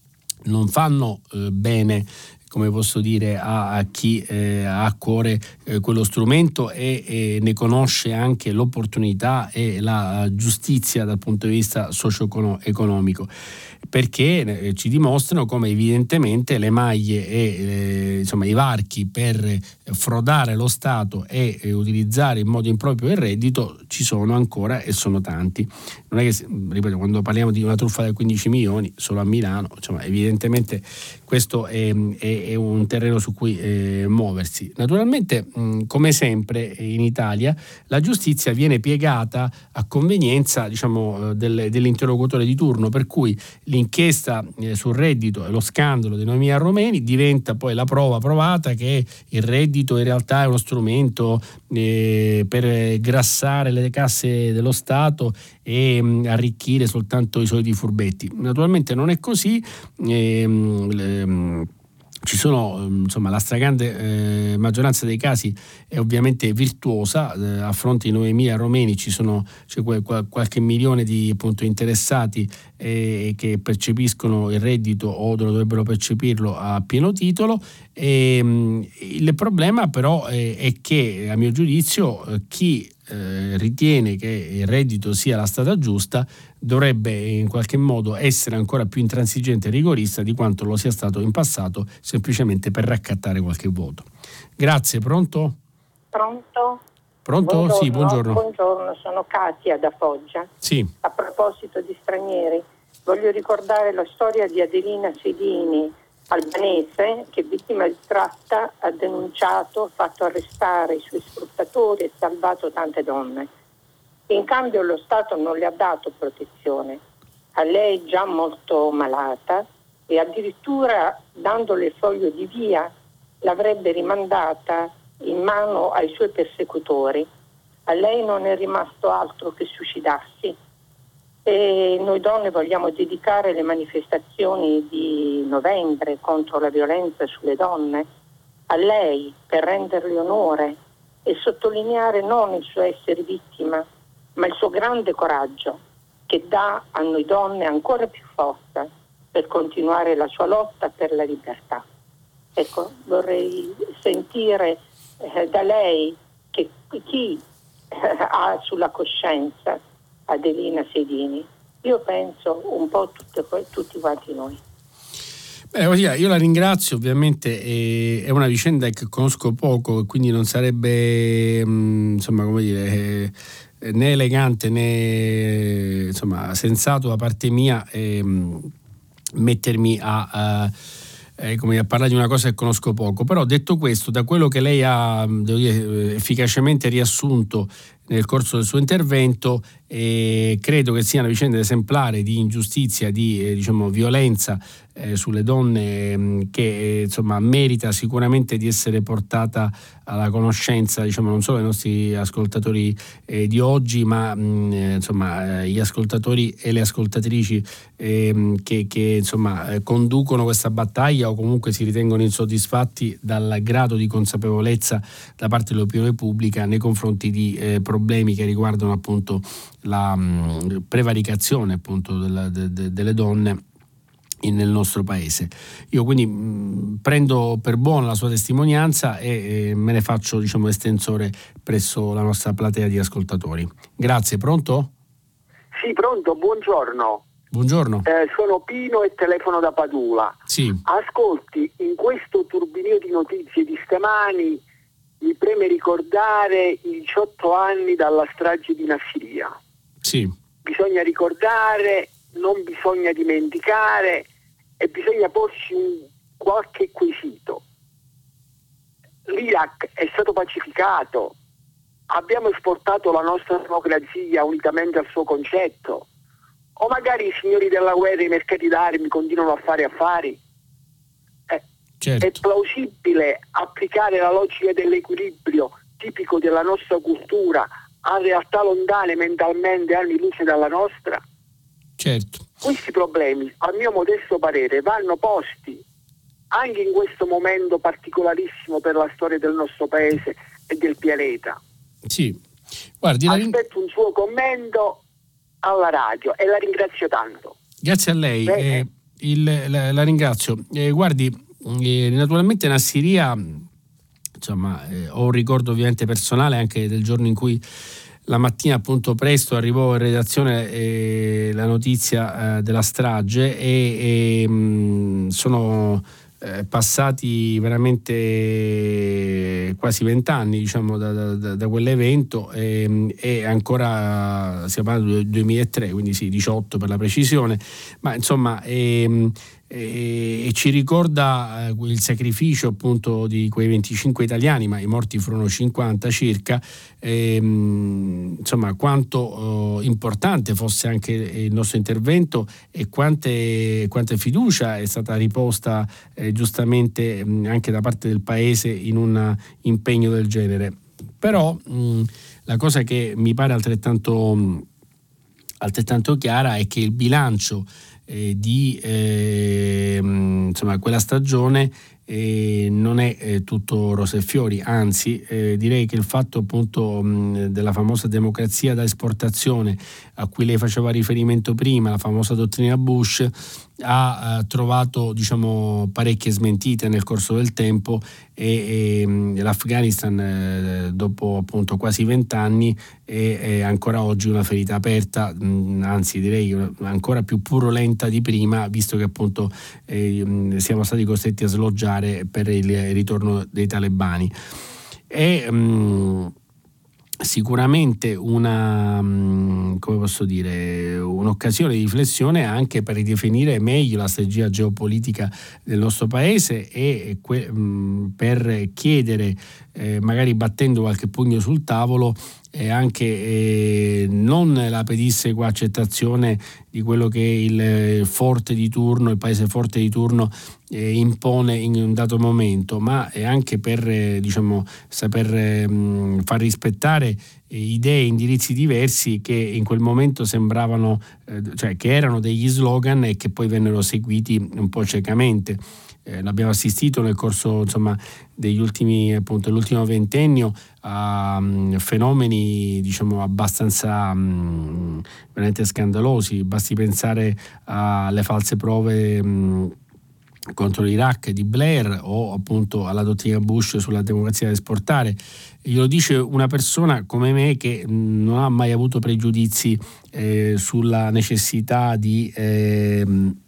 non fanno eh, bene, come posso dire, a, a chi eh, ha a cuore eh, quello strumento e, e ne conosce anche l'opportunità e la giustizia dal punto di vista socio-economico, perché eh, ci dimostrano come evidentemente le maglie e eh, insomma i varchi per frodare lo Stato e eh, utilizzare in modo improprio il reddito ci sono ancora e sono tanti. Non è che, ripeto, quando parliamo di una truffa da quindici milioni solo a Milano, insomma, evidentemente questo è, è, è un terreno su cui eh, muoversi. Naturalmente, mh, come sempre in Italia, la giustizia viene piegata a convenienza, diciamo, del, dell'interlocutore di turno, per cui l'inchiesta eh, sul reddito e lo scandalo dei novemila romeni diventa poi la prova provata che il reddito in realtà è uno strumento eh, per grassare le casse dello Stato e mh, arricchire soltanto i soliti furbetti. Naturalmente non è così. Eh, le, mh, Ci sono, insomma, la stragrande eh, maggioranza dei casi è ovviamente virtuosa, eh, a fronte di novemila romeni ci sono c'è quel, qualche milione di appunto interessati eh, che percepiscono il reddito o dovrebbero percepirlo a pieno titolo. E, mh, il problema però è, è che, a mio giudizio, chi eh, ritiene che il reddito sia la strada giusta, dovrebbe in qualche modo essere ancora più intransigente e rigorista di quanto lo sia stato in passato, semplicemente per raccattare qualche voto. Grazie. Pronto? Pronto? Pronto? Buongiorno. Sì, buongiorno. Buongiorno, sono Katia da Foggia. Sì. A proposito di stranieri, voglio ricordare la storia di Adelina Sedini, albanese, che vittima di tratta ha denunciato, ha fatto arrestare i suoi sfruttatori e salvato tante donne. In cambio lo Stato non le ha dato protezione. A lei già molto malata e addirittura dandole il foglio di via l'avrebbe rimandata in mano ai suoi persecutori. A lei non è rimasto altro che suicidarsi. E noi donne vogliamo dedicare le manifestazioni di novembre contro la violenza sulle donne a lei per renderle onore e sottolineare non il suo essere vittima, ma il suo grande coraggio che dà a noi donne ancora più forza per continuare la sua lotta per la libertà. Ecco, vorrei sentire eh, da lei che chi eh, ha sulla coscienza Adelina Sedini. Io penso un po' tutte, tutti quanti noi. Beh, io la ringrazio, ovviamente è una vicenda che conosco poco e quindi non sarebbe insomma come dire né elegante né insomma sensato da parte mia eh, mettermi a, a Eh, come a parlare di una cosa che conosco poco. Però detto questo, da quello che lei ha devo dire, efficacemente riassunto nel corso del suo intervento, eh, credo che sia una vicenda esemplare di ingiustizia, di eh, diciamo violenza eh, sulle donne mh, che eh, insomma merita sicuramente di essere portata alla conoscenza, diciamo non solo dei nostri ascoltatori eh, di oggi, ma mh, eh, insomma eh, gli ascoltatori e le ascoltatrici eh, che, che insomma eh, conducono questa battaglia o comunque si ritengono insoddisfatti dal grado di consapevolezza da parte dell'opinione pubblica nei confronti di eh, problemi che riguardano appunto la mh, prevaricazione appunto della, de, de, delle donne in, nel nostro paese. Io quindi mh, prendo per buona la sua testimonianza e, e me ne faccio diciamo estensore presso la nostra platea di ascoltatori. Grazie. Pronto? Sì, pronto, buongiorno. Buongiorno. Eh, sono Pino e telefono da Padula. Sì. Ascolti, in questo turbinio di notizie di stamani mi preme ricordare i diciotto anni dalla strage di Nassiriya. Sì. Bisogna ricordare, non bisogna dimenticare e bisogna porsi un qualche quesito. L'Iraq è stato pacificato, abbiamo esportato la nostra democrazia unitamente al suo concetto, o magari i signori della guerra e i mercati d'armi continuano a fare affari? Eh, certo. È plausibile applicare la logica dell'equilibrio tipico della nostra cultura a realtà lontane mentalmente anni luce dalla nostra? Certo. Questi problemi, a mio modesto parere, vanno posti anche in questo momento particolarissimo per la storia del nostro paese e del pianeta. Sì. Guardi, la ring- aspetto un suo commento alla radio e la ringrazio tanto. Grazie a lei, eh, il, la, la ringrazio. Eh, guardi, eh, naturalmente Nassiriya, insomma, eh, ho un ricordo ovviamente personale anche del giorno in cui la mattina appunto presto arrivò in redazione eh, la notizia eh, della strage e, e mh, sono eh, passati veramente quasi vent'anni diciamo da, da, da quell'evento e, e ancora stiamo parlando del duemilatré, quindi sì, diciotto per la precisione, ma insomma e, e, e ci ricorda eh, il sacrificio appunto di quei venticinque italiani, ma i morti furono cinquanta circa, e, insomma quanto eh, importante fosse anche il nostro intervento e quante, quanta fiducia è stata riposta eh, giustamente mh, anche da parte del Paese in un impegno del genere. Però mh, la cosa che mi pare altrettanto, mh, altrettanto chiara è che il bilancio eh, di eh, mh, insomma quella stagione eh, non è eh, tutto rose e fiori, anzi eh, direi che il fatto appunto mh, della famosa democrazia da esportazione a cui lei faceva riferimento prima, la famosa dottrina Bush, ha eh, trovato diciamo parecchie smentite nel corso del tempo e, e l'Afghanistan eh, dopo appunto quasi vent'anni è, è ancora oggi una ferita aperta, mh, anzi direi ancora più purulenta di prima, visto che appunto eh, siamo stati costretti a sloggiare per il ritorno dei talebani. E mh, sicuramente una, come posso dire, un'occasione di riflessione anche per ridefinire meglio la strategia geopolitica del nostro paese e que, per chiedere, eh, magari battendo qualche pugno sul tavolo, e anche eh, non la pedissequa accettazione di quello che il forte di turno, il paese forte di turno eh, impone in un dato momento, ma è anche per eh, diciamo saper eh, far rispettare eh, idee e indirizzi diversi che in quel momento sembravano, eh, cioè che erano degli slogan e che poi vennero seguiti un po' ciecamente. Eh, l'abbiamo assistito nel corso insomma degli ultimi appunto l'ultimo ventennio a um, fenomeni diciamo abbastanza um, veramente scandalosi. Basti pensare alle false prove um, contro l'Iraq di Blair o appunto alla dottrina Bush sulla democrazia da esportare. Glielo dice una persona come me che mh, non ha mai avuto pregiudizi eh, sulla necessità di eh,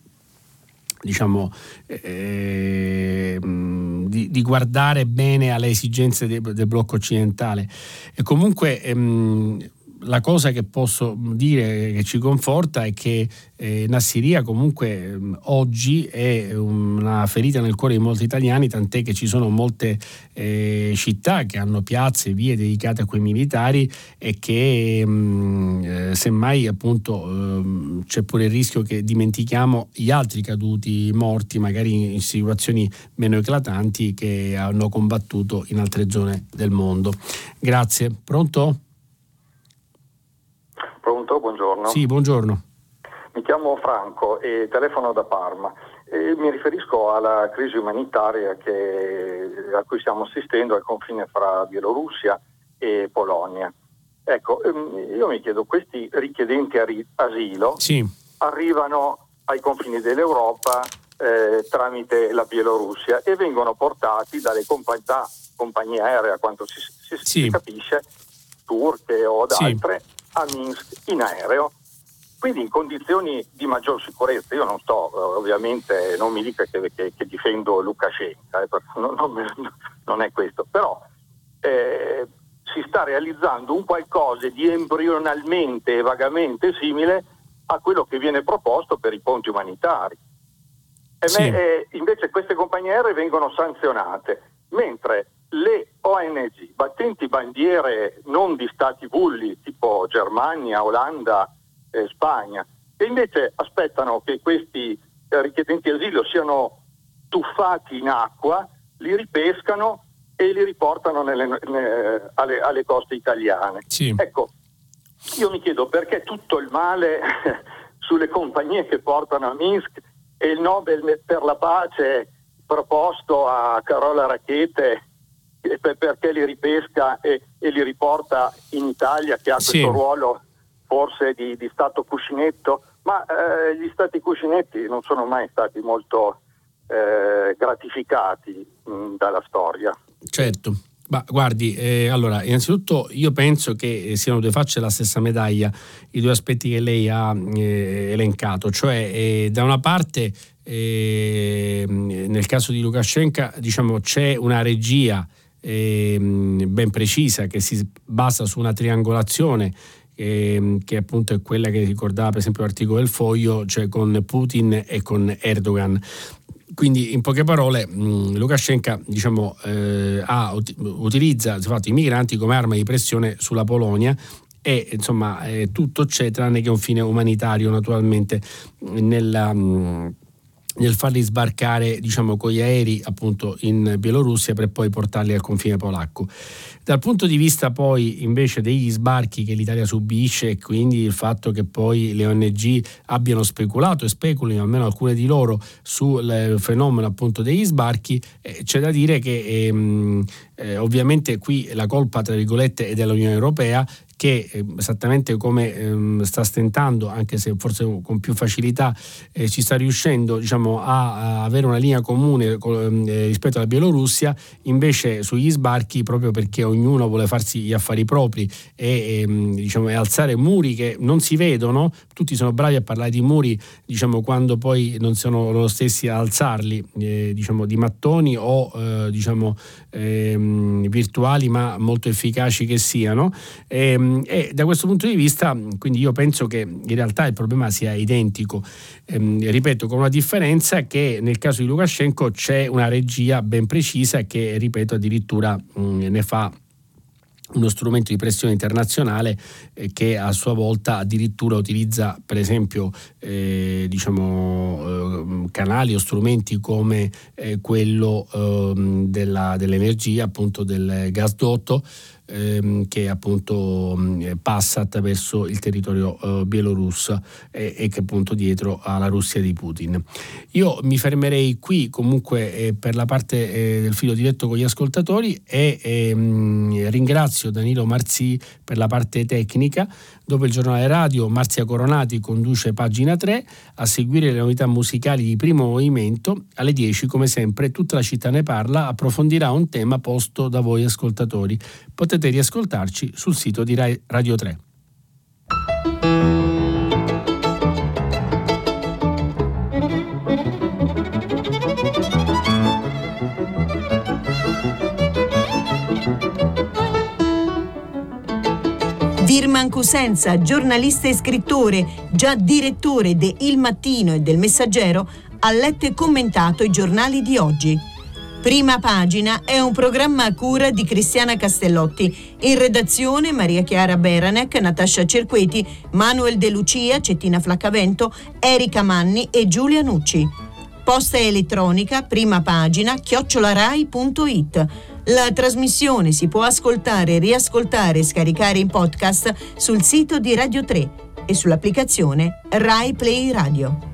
diciamo eh, di, di guardare bene alle esigenze de, del blocco occidentale. E comunque ehm, la cosa che posso dire che ci conforta è che eh, Nassiriya comunque mh, oggi è una ferita nel cuore di molti italiani, tant'è che ci sono molte eh, città che hanno piazze, vie dedicate a quei militari e che mh, eh, semmai appunto eh, c'è pure il rischio che dimentichiamo gli altri caduti, morti magari in situazioni meno eclatanti, che hanno combattuto in altre zone del mondo. Grazie. Pronto? Pronto, buongiorno. Sì, buongiorno. Mi chiamo Franco e telefono da Parma. E mi riferisco alla crisi umanitaria che, a cui stiamo assistendo al confine fra Bielorussia e Polonia. Ecco, io mi chiedo, questi richiedenti asilo sì. arrivano ai confini dell'Europa eh, tramite la Bielorussia e vengono portati dalle compa- da compagnie aeree, a quanto si, si, sì. si capisce, turche o da sì. altre, a Minsk in aereo, quindi in condizioni di maggior sicurezza. Io non sto, ovviamente, non mi dica che, che, che difendo Lukashenko, eh, non, non, non è questo, però eh, si sta realizzando un qualcosa di embrionalmente e vagamente simile a quello che viene proposto per i ponti umanitari. E sì. me, eh, invece queste compagnie aeree vengono sanzionate, mentre le O N G battenti bandiere non di stati bulli tipo Germania, Olanda, eh, Spagna, che invece aspettano che questi eh, richiedenti asilo siano tuffati in acqua, li ripescano e li riportano nelle, nelle, alle, alle coste italiane. Sì. Ecco, io mi chiedo perché tutto il male sulle compagnie che portano a Minsk e il Nobel per la pace proposto a Carola Rackete perché li ripesca e, e li riporta in Italia, che ha questo sì. ruolo forse di, di stato cuscinetto, ma eh, gli stati cuscinetti non sono mai stati molto eh, gratificati mh, dalla storia. Certo. Ma guardi, eh, allora, innanzitutto io penso che siano due facce della stessa medaglia i due aspetti che lei ha eh, elencato, cioè eh, da una parte eh, nel caso di Lukashenko diciamo c'è una regia eh, ben precisa che si basa su una triangolazione eh, che appunto è quella che ricordava per esempio l'articolo del Foglio, cioè con Putin e con Erdogan. Quindi in poche parole mh, Lukashenko diciamo, eh, ha, utilizza infatti, i migranti come arma di pressione sulla Polonia e insomma eh, tutto c'è tranne che un fine umanitario naturalmente nella, mh, nel farli sbarcare diciamo con gli aerei appunto in Bielorussia per poi portarli al confine polacco. Dal punto di vista poi invece degli sbarchi che l'Italia subisce e quindi il fatto che poi le O N G abbiano speculato e speculino almeno alcune di loro sul fenomeno appunto degli sbarchi, eh, c'è da dire che ehm, eh, ovviamente qui la colpa tra virgolette è dell'Unione Europea, che eh, esattamente come ehm, sta stentando, anche se forse con più facilità eh, ci sta riuscendo, diciamo, a, a avere una linea comune con, eh, rispetto alla Bielorussia, invece sugli sbarchi, proprio perché ognuno vuole farsi gli affari propri e, e, diciamo, e alzare muri che non si vedono. Tutti sono bravi a parlare di muri, diciamo, quando poi non sono loro stessi a alzarli, eh, diciamo, di mattoni o eh, diciamo ehm, virtuali, ma molto efficaci che siano. E, e da questo punto di vista, quindi, io penso che in realtà il problema sia identico, ehm, ripeto, con una differenza, che nel caso di Lukashenko c'è una regia ben precisa che, ripeto, addirittura mh, ne fa uno strumento di pressione internazionale eh, che a sua volta addirittura utilizza, per esempio, eh, diciamo eh, canali o strumenti come eh, quello eh, della, dell'energia, appunto del gasdotto, ehm, che appunto mh, passa attraverso il territorio eh, bielorusso e, e che appunto dietro alla Russia di Putin. Io mi fermerei qui comunque eh, per la parte eh, del filo diretto con gli ascoltatori e ehm, ringrazio Danilo Marzì per la parte tecnica. Dopo il giornale radio, Marzia Coronati conduce Pagina tre, a seguire le novità musicali di Primo Movimento. Alle dieci, come sempre, Tutta la città ne parla approfondirà un tema posto da voi ascoltatori. Potete riascoltarci sul sito di Rai Radio tre. Virman Cosenza, giornalista e scrittore, già direttore de Il Mattino e del Messaggero, ha letto e commentato i giornali di oggi. Prima Pagina è un programma a cura di Cristiana Castellotti. In redazione Maria Chiara Beranec, Natascia Cerqueti, Manuel De Lucia, Cettina Flaccavento, Erika Manni e Giulia Nucci. Posta elettronica prima pagina chiocciolarai punto it. La trasmissione si può ascoltare, riascoltare e scaricare in podcast sul sito di Radio tre e sull'applicazione Rai Play Radio.